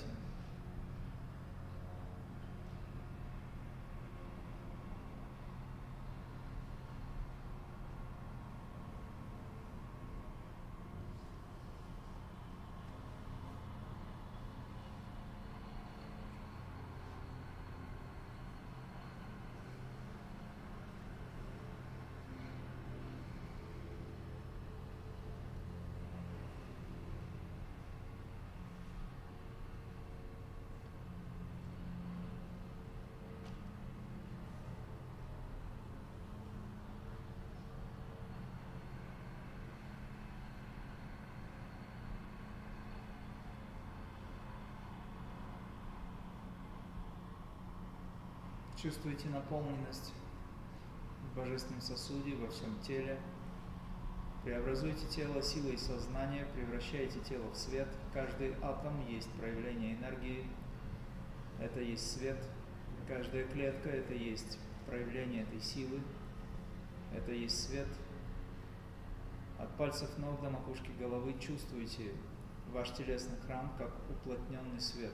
A: Чувствуйте наполненность в божественном сосуде, во всем теле. Преобразуйте тело силой сознания, превращайте тело в свет. Каждый атом есть проявление энергии, это есть свет. Каждая клетка – это есть проявление этой силы, это есть свет. От пальцев ног до макушки головы чувствуйте ваш телесный храм как уплотненный свет.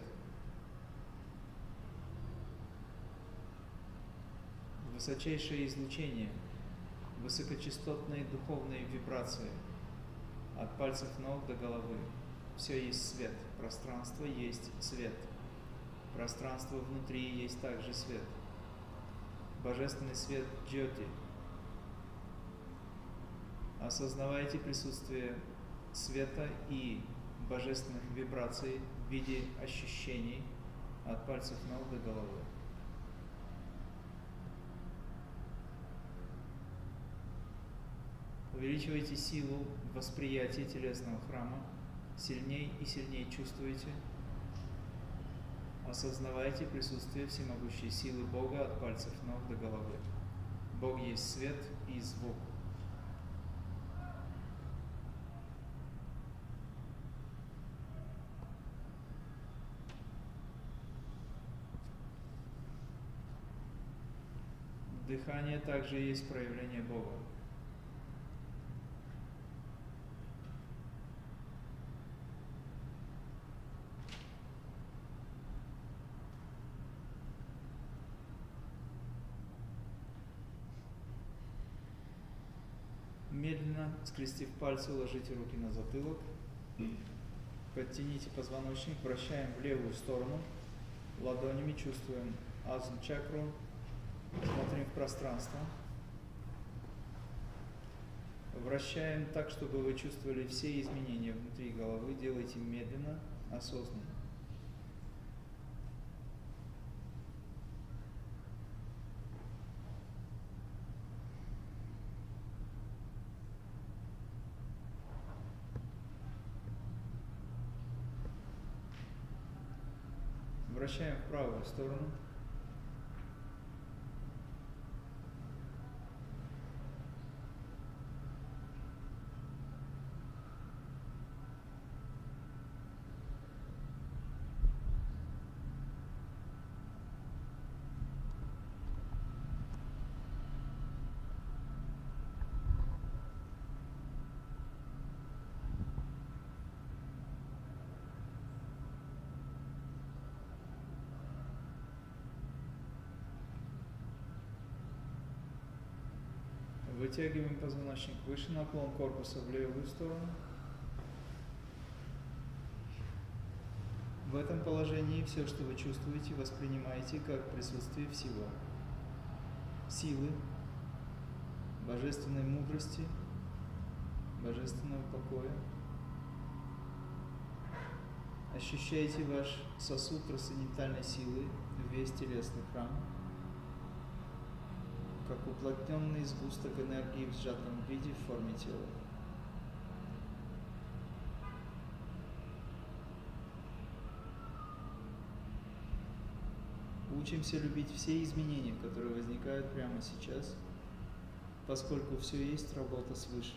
A: Высочайшее излучение, высокочастотные духовные вибрации от пальцев ног до головы. Все есть свет, пространство есть свет, пространство внутри есть также свет. Божественный свет Джьоти. Осознавайте присутствие света и божественных вибраций в виде ощущений от пальцев ног до головы. Увеличивайте силу восприятия телесного храма, сильнее и сильнее чувствуйте, осознавайте присутствие всемогущей силы Бога от пальцев ног до головы. Бог есть свет и звук. Дыхание также есть проявление Бога. Медленно, скрестив пальцы, ложите руки на затылок, подтяните позвоночник, вращаем в левую сторону, ладонями чувствуем азн-чакру, смотрим в пространство, вращаем так, чтобы вы чувствовали все изменения внутри головы, делайте медленно, осознанно. Вращаем в правую сторону. Вытягиваем позвоночник выше, наклон корпуса в левую сторону. В этом положении все, что вы чувствуете, воспринимаете как присутствие всего. Силы, божественной мудрости, божественного покоя. Ощущайте ваш сосуд трансцендентальной силы, весь телесный храм, как уплотненный сгусток энергии в сжатом виде в форме тела. Учимся любить все изменения, которые возникают прямо сейчас, поскольку все есть работа свыше.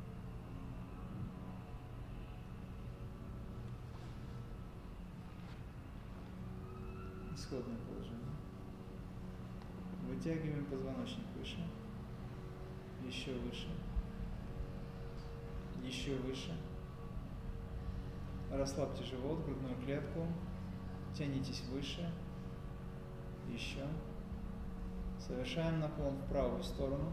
A: Исходное положение. Вытягиваем позвоночник выше, еще выше, еще выше. Расслабьте живот, грудную клетку, тянитесь выше, еще. Совершаем наклон в правую сторону.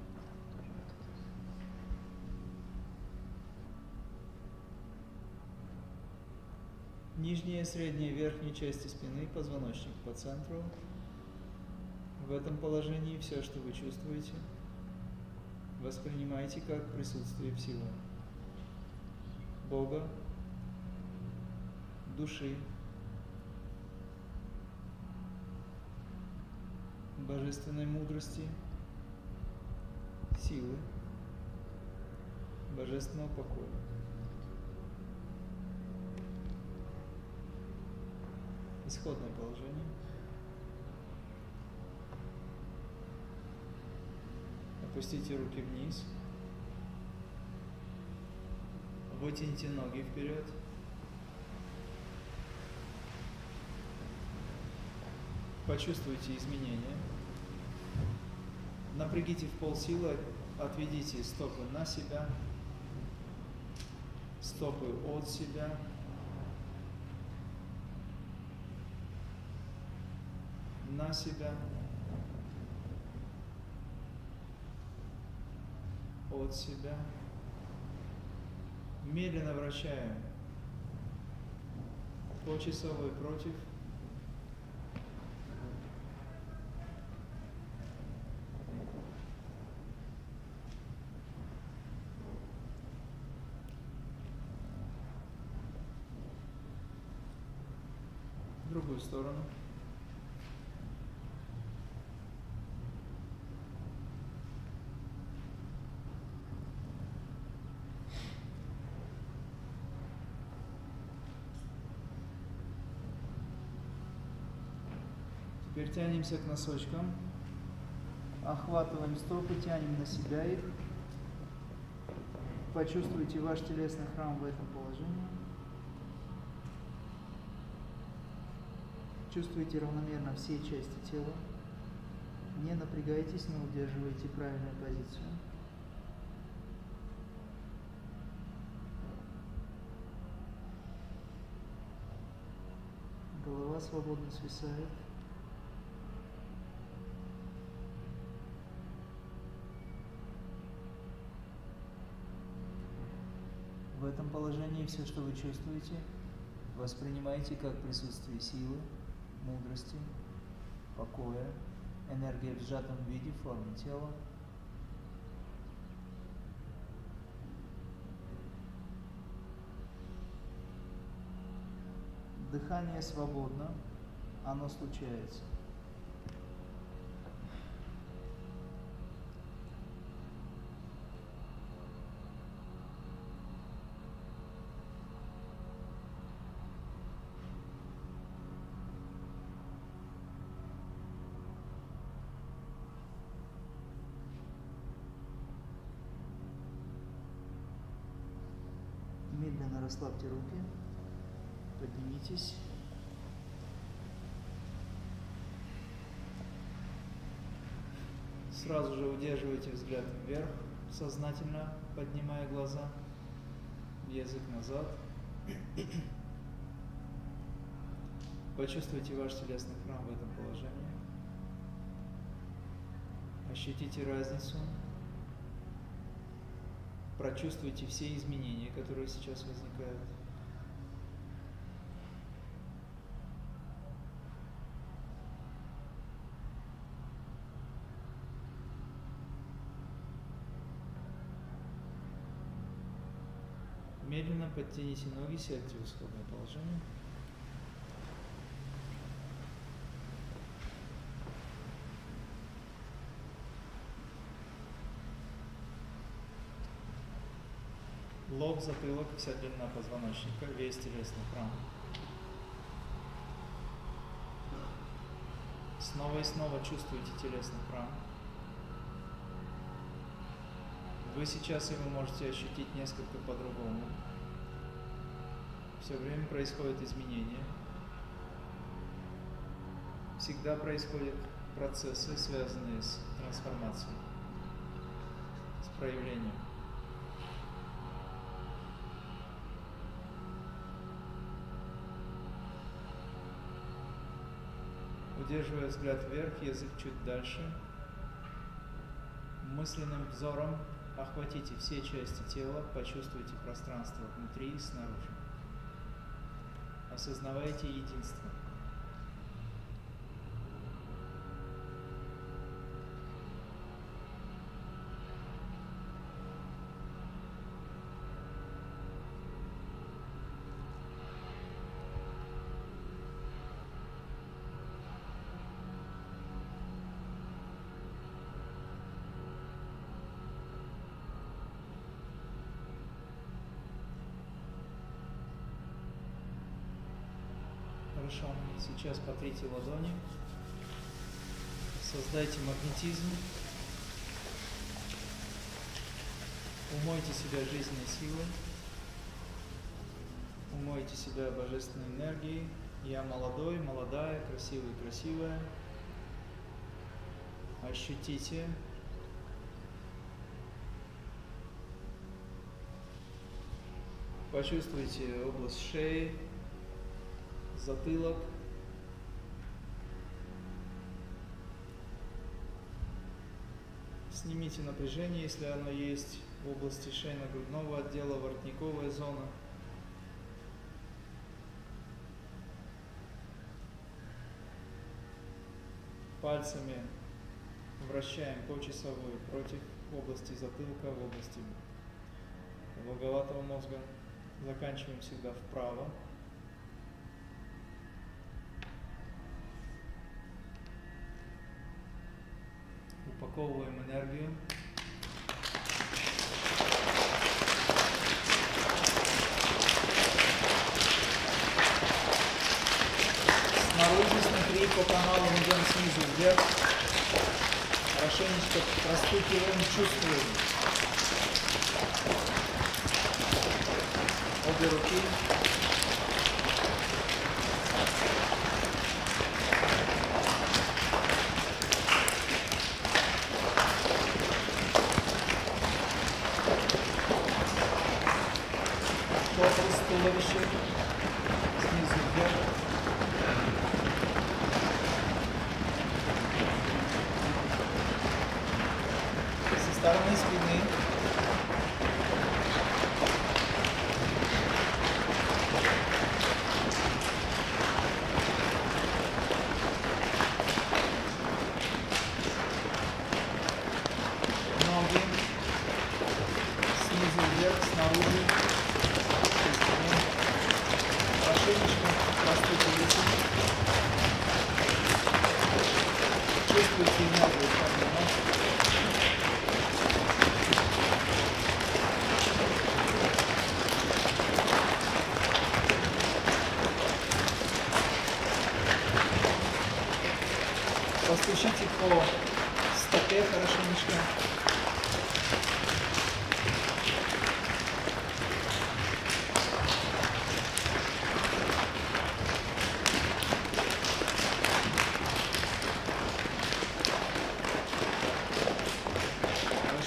A: Нижняя, средняя, верхняя части спины, позвоночник по центру. В этом положении все, что вы чувствуете, воспринимайте как присутствие всего. Бога, души, божественной мудрости, силы, божественного покоя. Исходное положение. Опустите руки вниз. Вытяните ноги вперед. Почувствуйте изменения. Напрягите в пол силы, отведите стопы на себя, стопы от себя. На себя, от себя. Медленно вращаем по часовой против. В другую сторону. Теперь тянемся к носочкам, охватываем стопы, тянем на себя их. Почувствуйте ваш телесный храм в этом положении. Чувствуйте равномерно все части тела. Не напрягайтесь, но удерживайте правильную позицию. Голова свободно свисает. В этом положении все, что вы чувствуете, воспринимайте как присутствие силы, мудрости, покоя, энергии в сжатом виде в форме тела. Дыхание свободно, оно случается. расслабьте руки, поднимитесь. Сразу же удерживайте взгляд вверх, сознательно поднимая глаза, язык назад. Почувствуйте ваш телесный храм в этом положении. Ощутите разницу. Прочувствуйте все изменения, которые сейчас возникают. Медленно подтяните ноги, сядьте в исходное положение. Лоб, затылок, вся длина позвоночника, весь телесный храм. Снова и снова чувствуйте телесный храм. Вы сейчас его можете ощутить несколько по-другому. Все время происходят изменения. Всегда происходят процессы, связанные с трансформацией, с проявлением. Удерживая взгляд вверх, язык чуть дальше. Мысленным взором охватите все части тела, почувствуйте пространство внутри и снаружи. Осознавайте единство. Хорошо. Сейчас потрите ладони. Создайте магнетизм. Умойте себя жизненной силой. Умойте себя божественной энергией. Я молодой, молодая, красивый, красивая. Ощутите. Почувствуйте область шеи, затылок. Снимите напряжение, если оно есть в области шейно-грудного отдела, воротниковая зона. Пальцами вращаем по часовой против области затылка, в области влоговатого мозга. Заканчиваем всегда вправо. Упаковываем энергию. Снаружи, снутри, по каналам идем снизу вверх. Хорошенечко простукиваем, чувствуем. Обе руки. Корпус, туловище. Снизу вверх. Со стороны спины. Ноги. Снизу вверх, снаружи. Хорошенечко простукивайте. Чувствуйте энергию поднимать. Постучите по стопе хорошенечко.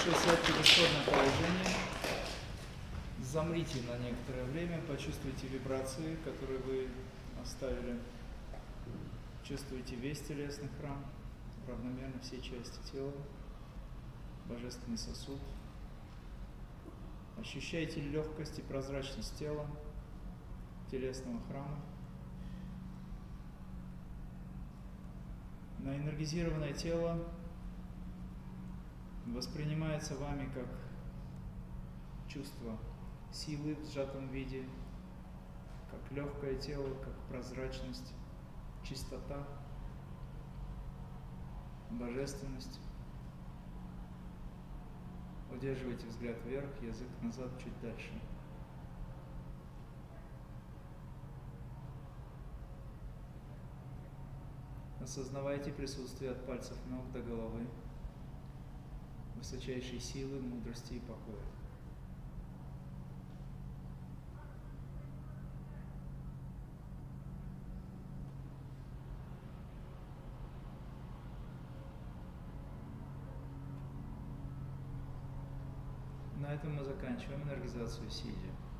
A: Хорошо, сядьте в исходное положение. Замрите на некоторое время, почувствуйте вибрации, которые вы оставили. Чувствуйте весь телесный храм, равномерно все части тела, божественный сосуд. Ощущайте легкость и прозрачность тела, телесного храма. На энергизированное тело воспринимается вами как чувство силы в сжатом виде, как легкое тело, как прозрачность, чистота, божественность. Удерживайте взгляд вверх, язык назад, чуть дальше. Осознавайте присутствие от пальцев ног до головы, высочайшей силы, мудрости и покоя. На этом мы заканчиваем энергизацию сидя.